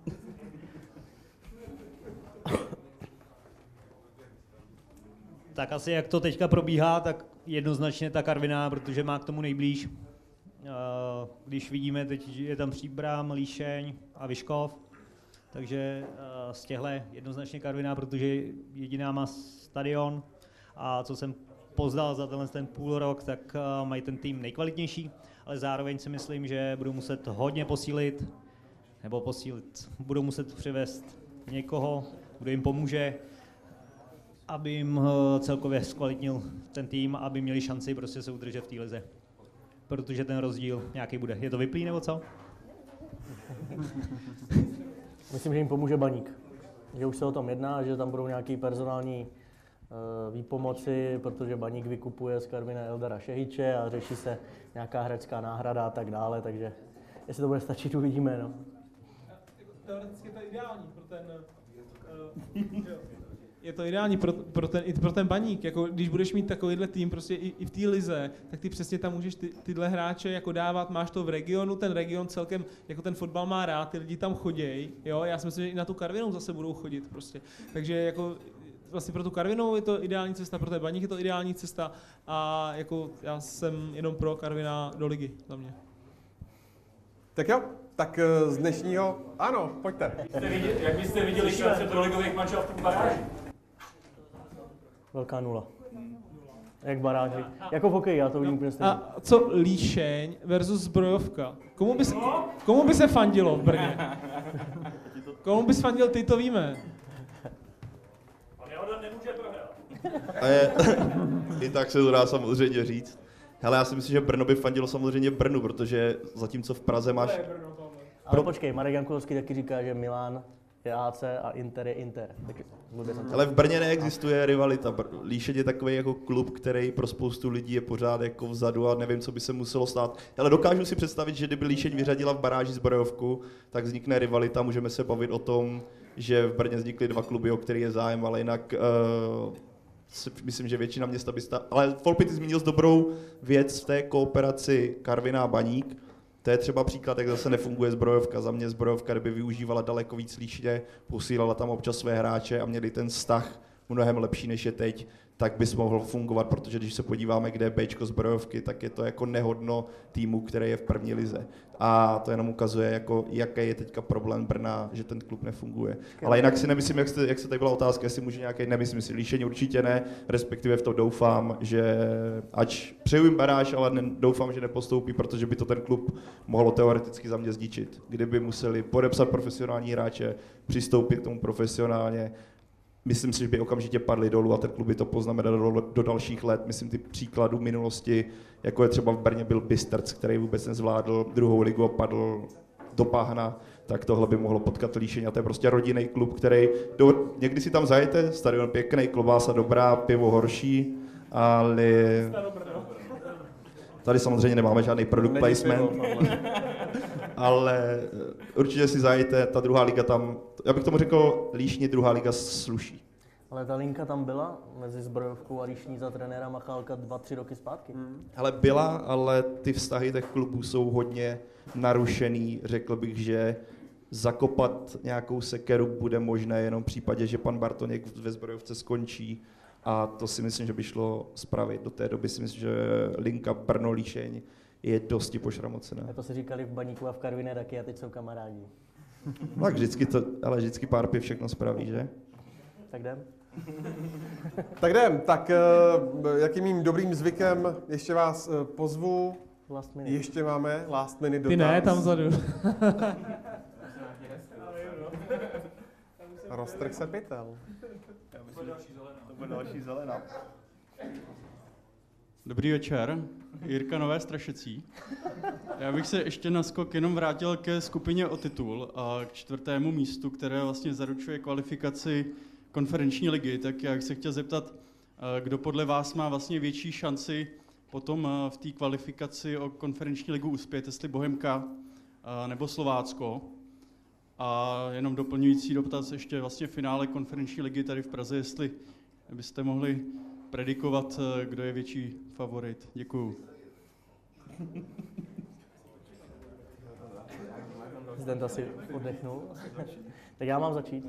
Tak asi jak to teďka probíhá, tak jednoznačně ta Karviná, protože má k tomu nejblíž. Když vidíme, teď je tam Příbram, Líšeň a Vyškov, takže z těchto jednoznačně Karviná, protože jediná má stadion a co jsem poznal za tenhle ten půl rok, tak mají ten tým nejkvalitnější, ale zároveň si myslím, že budou muset hodně posílit, nebo posílit, budou muset přivést někoho, kdo jim pomůže, aby jim celkově zkvalitnil ten tým, aby měli šanci prostě se udržet v té lize. Protože ten rozdíl nějaký bude. Je to vyplý nebo co? Myslím, že jim pomůže Baník. Že už se o tom jedná, že tam budou nějaký personální uh, výpomoci, protože Baník vykupuje z Karvina Eldara Šehiče a řeší se nějaká herecká náhrada a tak dále, takže jestli to bude stačit, uvidíme. No. Teoreticky to je ideální pro ten... Uh, je to ideální pro, pro, ten, i pro ten Baník, jako když budeš mít takovýhle tým prostě i, i v té lize, tak ty přesně tam můžeš ty, tyhle hráče jako dávat, máš to v regionu, ten region celkem, jako ten fotbal má rád, ty lidi tam choděj, jo, já si myslím, že i na tu Karvinou zase budou chodit prostě, takže jako vlastně pro tu Karvinou je to ideální cesta, pro ten Baník je to ideální cesta a jako já jsem jenom pro Karviná do ligy za mě. Tak jo, tak z dnešního, ano, pojďte. Jak byste viděli šance pro ligových manšaftů v baráži? Velká nula. Jak baráži. Jako v hokeji, já to vidím úplně stejně. A co Líšeň versus Zbrojovka? Komu by se, komu by se fandilo v Brně? Komu bys fandil, ty to víme. On Jordan nemůže prohrát. A je, i tak se to dá samozřejmě říct. Hele, já si myslím, že Brno by fandilo samozřejmě Brnu, protože zatímco v Praze máš... Ale počkej, Marek Jankulovský taky říká, že Milan je A C a Inter je Inter. Tak ale v Brně neexistuje rivalita. Líšeň je takový jako klub, který pro spoustu lidí je pořád jako vzadu a nevím, co by se muselo stát. Ale dokážu si představit, že kdyby Líšeň vyřadila v baráži Zbrojovku, tak vznikne rivalita. Můžeme se bavit o tom, že v Brně vznikly dva kluby, o který je zájem, ale jinak uh, si myslím, že většina města by stá... Ale Volpi, ty zmínil dobrou věc v té kooperaci Karviná a Baník. To je třeba příklad, jak zase nefunguje zbrojovka. Za mě zbrojovka, kdyby využívala daleko víc líšně, posílala tam občas své hráče a měli ten vztah mnohem lepší, než je teď, tak bys mohl fungovat, protože když se podíváme, kde je Bčko zbrojovky, tak je to jako nehodno týmu, který je v první lize. A to jenom ukazuje, jako, jaký je teďka problém Brna, že ten klub nefunguje. Ale jinak si nemyslím, jak, jste, jak se tady byla otázka, jestli může nějaký, nemyslím si, líšení určitě ne, respektive v to doufám, že ač přeju jim baráž, ale ne, doufám, že nepostoupí, protože by to ten klub mohlo teoreticky za mě zničit. Kdyby museli podepsat profesionální hráče, přistoupit k tomu profesionálně, myslím si, že by okamžitě padli dolů a ten klub by to poznamenal do, do dalších let. Myslím ty příkladů minulosti, jako je třeba v Brně byl Bystrc, který vůbec nezvládl druhou ligu a padl do Páhna, tak tohle by mohlo potkat Líšeň. A to je prostě rodinný klub, který, do, někdy si tam zajete, stadion pěkný, klobása dobrá, pivo horší, ale tady samozřejmě nemáme žádný product placement. Ale určitě si zajete, ta druhá liga tam, já bych tomu řekl, Líšni druhá liga sluší. Ale ta linka tam byla mezi zbrojovkou a Líšní za trenéra Machálka dva, tři roky zpátky. Hmm. Ale byla, ale ty vztahy těch klubů jsou hodně narušený. Řekl bych, že zakopat nějakou sekeru bude možné jenom v případě, že pan Bartoněk ve zbrojovce skončí. A to si myslím, že by šlo spravit. Do té doby si myslím, že linka Brno-Líšeň je dosti pošramocená. A to si říkali v Baníku a v Karviné taky a teď jsou kamarádi. Tak vždycky to, ale vždycky pár piv všechno spraví, že? Tak jdem. Tak jdem. Tak jakým mým dobrým zvykem ještě vás pozvu. Last minute. Ještě máme last minute dotaz. Ty ne, tam vzadu. Roztrh se pytel. To bude další zelená. Dobrý večer, Jirka Nové Strašecí. Já bych se ještě na skok jenom vrátil ke skupině o titul a k čtvrtému místu, které vlastně zaručuje kvalifikaci konferenční ligy. Tak já bych se chtěl zeptat, kdo podle vás má vlastně větší šanci potom v té kvalifikaci o konferenční ligu uspět, jestli Bohemka nebo Slovácko. A jenom doplňující dotaz ještě vlastně finále konferenční ligy tady v Praze, jestli byste mohli predikovat, kdo je větší favorit. Děkuju. Zden asi oddechnul. Tak já mám začít.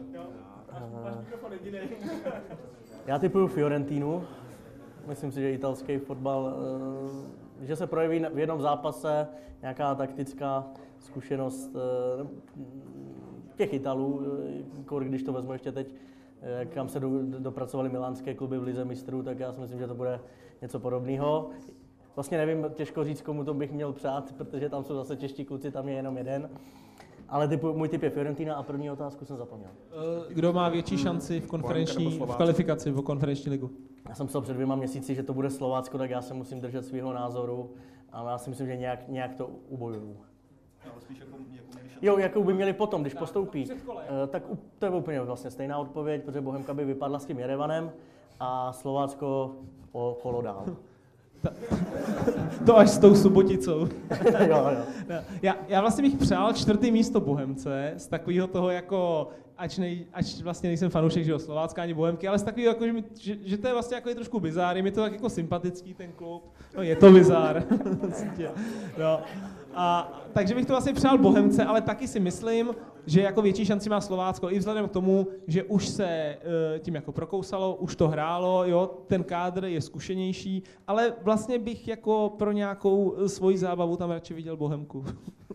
Já tipuju Fiorentinu. Myslím si, že italský fotbal, že se projeví v jednom zápase nějaká taktická zkušenost těch Italů, když to vezmu ještě teď, kam se do, dopracovali milánské kluby v lize mistrů, tak já si myslím, že to bude něco podobného. Vlastně nevím, těžko říct, komu to bych měl přát, protože tam jsou zase čeští kluci, tam je jenom jeden. Ale typu, můj tip je Fiorentina a první otázku jsem zapomněl. Kdo má větší šanci v konferenční, v kvalifikaci v konferenční ligu? Já jsem psal před dvěma měsíci, že to bude Slovácko, tak já se musím držet svého názoru a já si myslím, že nějak, nějak to ubojují. Jo, jakou by měli potom, když postoupí, tak to je úplně vlastně stejná odpověď, protože Bohemka by vypadla s tím Jerevanem a Slovácko o kolo dál. To až s tou Suboticou. jo, jo. Já, já vlastně bych přál čtvrtý místo Bohemce, z takového toho jako, ač, nej, ač vlastně nejsem fanoušek, že jo, Slovácka ani Bohemky, ale z takového jako, že, mi, že, že to je vlastně jako je trošku bizár, je mi to tak jako sympatický ten klub, no je to bizár. no. A, takže bych to vlastně přál Bohemce, ale taky si myslím, že jako větší šanci má Slovácko i vzhledem k tomu, že už se uh, tím jako prokousalo, už to hrálo, jo, ten kádr je zkušenější, ale vlastně bych jako pro nějakou svoji zábavu tam radši viděl Bohemku.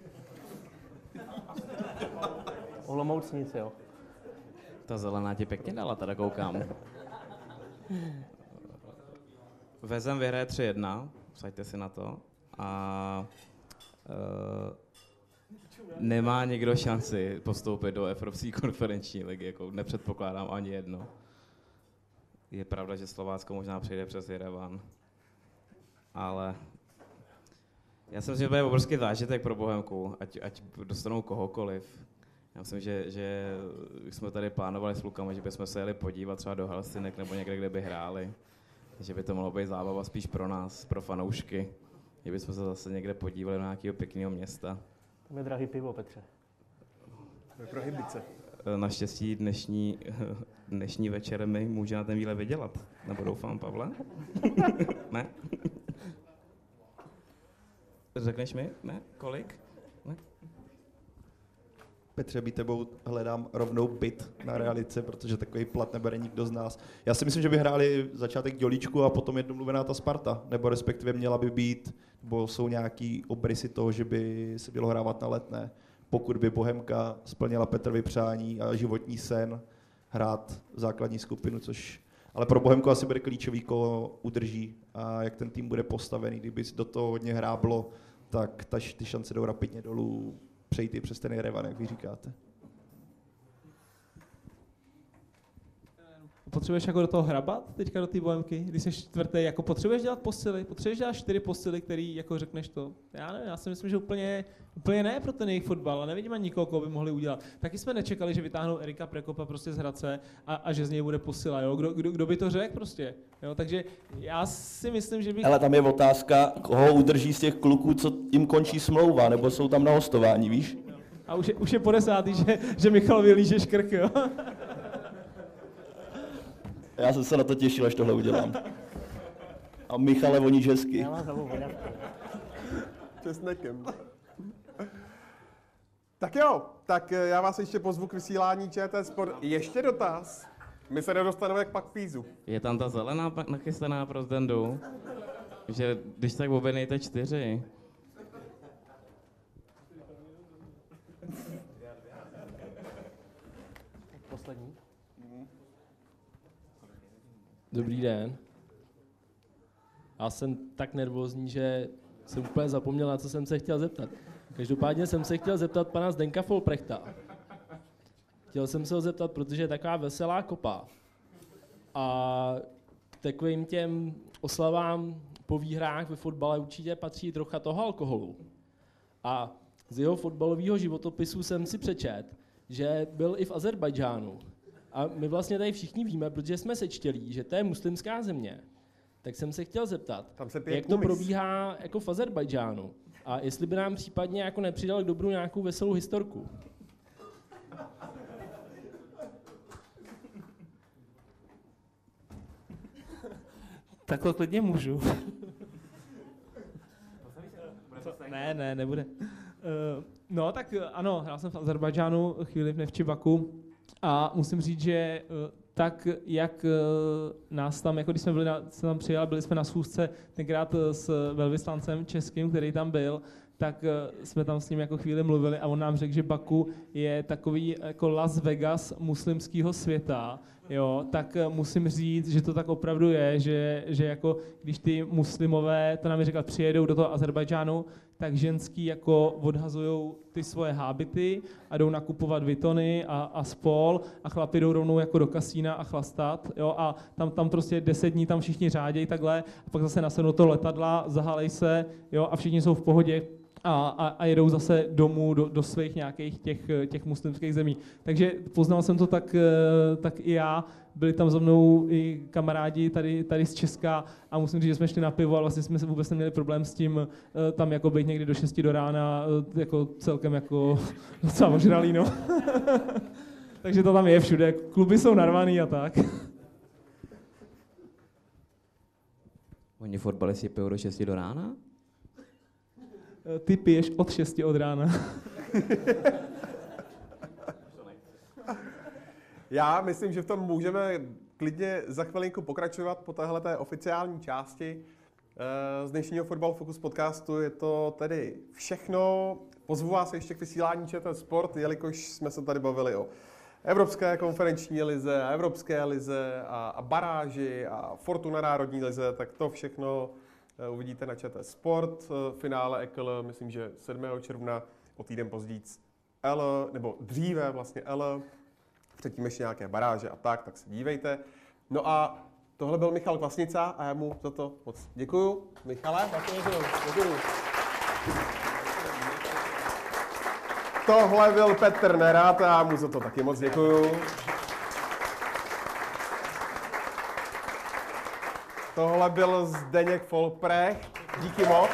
Olomouc nic, jo. Ta zelená ti pěkně dala, teda koukám. Vezem vyhraje tři jedna, vsaďte si na to. A uh, nemá někdo šanci postoupit do Evropské konferenční ligy, jako nepředpokládám ani jedno. Je pravda, že Slovácko možná přijde přes Jerevan, ale já si myslím, že to je obrovský zážitek pro Bohemku, ať, ať dostanou kohokoliv. Já myslím, že, že jsme tady plánovali s klukama, že bychom se jeli podívat třeba do Helsinek nebo někde, kde by hráli. Že by to mohlo být zábava spíš pro nás, pro fanoušky. Že bychom se zase někde podívali na nějakého pěkného města. Tam je drahý pivo, Petře. Prohybice. Naštěstí dnešní, dnešní večer mi může na ten výlet vydělat. Nebo doufám, Pavle? Ne? Řekneš mi? Ne? Kolik? Petře, být tebou hledám rovnou byt na realice, protože takový plat nebere nikdo z nás. Já si myslím, že by hráli začátek Dělíčku a potom jednomluvená ta Sparta, nebo respektive měla by být, nebo jsou nějaký obrysy toho, že by se mělo hrávat na Letné. Pokud by Bohemka splnila Petrovi přání a životní sen hrát základní skupinu, což ale pro Bohemku asi bude klíčový, koho udrží a jak ten tým bude postavený. Kdyby do toho hodně hráblo, tak ta, ty šance jdou rapidně dolů, přejít i přes ten Jerevan, jak vy říkáte. Potřebuješ jako do toho hrabat teďka do té Bohemky, když jsi čtvrtý, jako potřebuješ dělat posily, potřebuješ dělat čtyři posily, který jako řekneš to. Já nevím, já si myslím, že úplně, úplně ne pro ten jejich fotbal a nevidím ani nikoho, koho by mohli udělat. Taky jsme nečekali, že vytáhnou Erika Prekopa prostě z Hradce a, a že z něj bude posila, jo? Kdo, kdo, kdo by to řekl prostě, jo? Takže já si myslím, že bych... Ale tam je otázka, koho udrží z těch kluků, co jim končí smlouva, nebo jsou tam na hostování, víš? A už je, už je po desátý, že, že Michal vylíže škrk, jo? Já jsem se na to těšil, až tohle udělám. A Michale voníš hezky. Já mám zavou voňavku. Česnekem. Tak jo, tak já vás ještě pozvu k vysílání ČT Sport. Ještě dotaz. My se nedostaneme k pakvízu. Je tam ta zelená nachystaná pro Zdendu? Že když tak objednejte čtyři. Poslední. Dobrý den. Já jsem tak nervózní, že jsem úplně zapomněl, na co jsem se chtěl zeptat. Každopádně jsem se chtěl zeptat pana Zdenka Folprechta. Chtěl jsem se ho zeptat, protože je taková veselá kopa. A k takovým těm oslavám po výhrách ve fotbale určitě patří trocha toho alkoholu. A z jeho fotbalového životopisu jsem si přečet, že byl i v Azerbajdžánu. A my vlastně tady všichni víme, protože jsme sečtělí, že to je muslimská země. Tak jsem se chtěl zeptat, jak to probíhá jako v Azerbajdžánu. A jestli by nám případně jako nepřidal k dobru nějakou veselou historku. Takhle klidně můžu. Ne, ne, nebude. Uh, no tak ano, já jsem v Azerbajdžánu chvíli v Nevčibaku a musím říct, že uh, tak, jak uh, nás tam, jako když jsme byli na, jsme tam přijeli, byli jsme na schůzce tenkrát s velvyslancem českým, který tam byl, tak uh, jsme tam s ním jako chvíli mluvili a on nám řekl, že Baku je takový jako Las Vegas muslimského světa, jo, tak uh, musím říct, že to tak opravdu je, že, že jako když ty muslimové, to nám říkal, přijedou do toho Azerbajdžánu, tak ženský jako odhazujou ty svoje hábity a jdou nakupovat Vuittony a, a spol a chlapi jdou rovnou jako do kasína a chlastat, jo, a tam, tam prostě deset dní tam všichni řádějí takhle a pak zase nasednou do letadla, zahalej se, jo, a všichni jsou v pohodě. A, a, a jedou zase domů do, do svých nějakých těch, těch muslimských zemí. Takže poznal jsem to tak, tak i já. Byli tam za mnou i kamarádi tady, tady z Česka a musím říct, že jsme šli na pivo, ale vlastně jsme vůbec neměli problém s tím tam jako být někdy do šesti do rána, jako celkem jako docela ožralý, no. Takže to tam je všude. Kluby jsou narvaný a tak. Oni fotbalisti pijou do šesti do rána? Ty piješ od šesti od rána. Já myslím, že v tom můžeme klidně za chvilinku pokračovat po téhleté oficiální části z dnešního Fotbal Focus podcastu. Je to tedy všechno. Pozvu vás ještě k vysílání ČT Sport, jelikož jsme se tady bavili o Evropské konferenční lize, a Evropské lize a, a baráži a Fortuna národní lize, tak to všechno uvidíte na ČT Sport. Finále E K L, myslím, že sedmého června, o týden později L, nebo dříve vlastně L, předtím ještě nějaké baráže a tak, tak se dívejte. No a tohle byl Michal Kvasnica a já mu za to moc děkuju. Michale, děkuju. Tohle byl Petr Nerad a já mu za to taky moc děkuju. Tohle byl Zdeněk Folprecht, díky moc.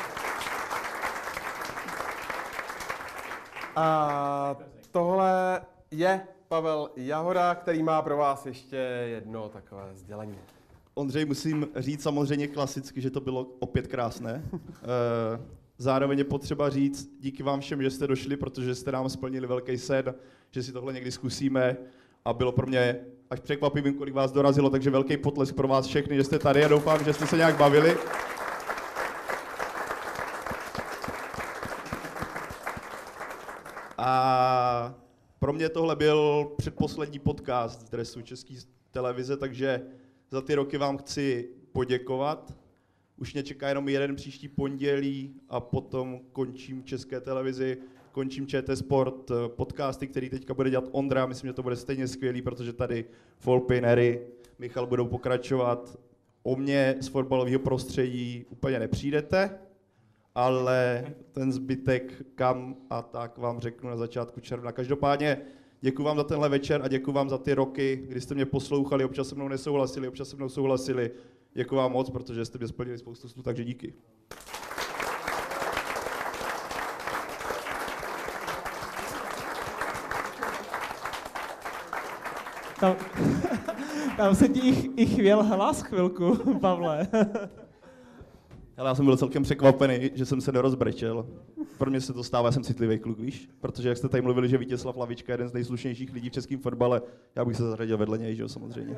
A tohle je Pavel Jahoda, který má pro vás ještě jedno takové sdělení. Ondřej, musím říct samozřejmě klasicky, že to bylo opět krásné. zároveň je potřeba říct díky vám všem, že jste došli, protože jste nám splnili velký sen, že si tohle někdy zkusíme a bylo pro mě až překvapivým, kolik vás dorazilo, takže velký potlesk pro vás všechny, že jste tady a doufám, že jste se nějak bavili. A pro mě tohle byl předposlední podcast v dresu České televize, takže za ty roky vám chci poděkovat. Už mě čeká jenom jeden příští pondělí a potom končím České televizi, končím ČT Sport podcasty, který teďka bude dělat Ondra. Myslím, že to bude stejně skvělý, protože tady Folpin, Harry, Michal budou pokračovat. O mě z fotbalového prostředí úplně nepřijdete, ale ten zbytek kam a tak vám řeknu na začátku června. Každopádně děkuji vám za tenhle večer a děkuji vám za ty roky, kdy jste mě poslouchali, občas se mnou nesouhlasili, občas se mnou souhlasili. Děkuji vám moc, protože jste mě splnili spoustu snů, takže díky. Tam, tam se ti i, i chvěl hlas chvilku, Pavle. Ale já jsem byl celkem překvapený, že jsem se nerozbrečel. Pro mě se to stává, já jsem citlivý kluk, víš? Protože jak jste tady mluvili, že Vítězslav Lavička je jeden z nejslušnějších lidí v českém fotbale, já bych se zařadil vedle něj, že jo, samozřejmě.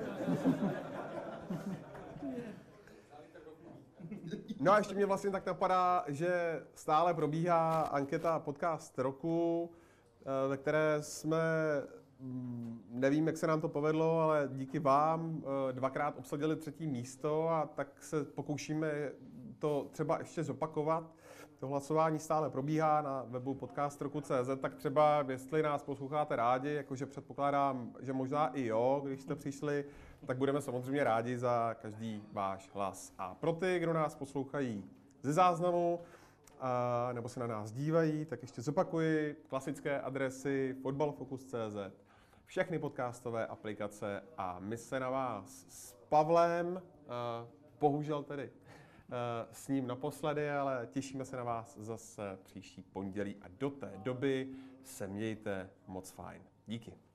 No a ještě mě vlastně tak napadá, že stále probíhá anketa Podcast roku, ve které jsme, nevím, jak se nám to povedlo, ale díky vám dvakrát obsadili třetí místo a tak se pokoušíme to třeba ještě zopakovat. To hlasování stále probíhá na webu podcast roku tečka cé zet, tak třeba, jestli nás posloucháte rádi, jakože předpokládám, že možná i jo, když jste přišli, tak budeme samozřejmě rádi za každý váš hlas. A pro ty, kdo nás poslouchají ze záznamu, a, nebo se na nás dívají, tak ještě zopakuji klasické adresy fotbalfocus tečka cé zet, všechny podcastové aplikace a my se na vás s Pavlem, a, bohužel tedy, s ním naposledy, ale těšíme se na vás zase příští pondělí a do té doby se mějte moc fajn. Díky.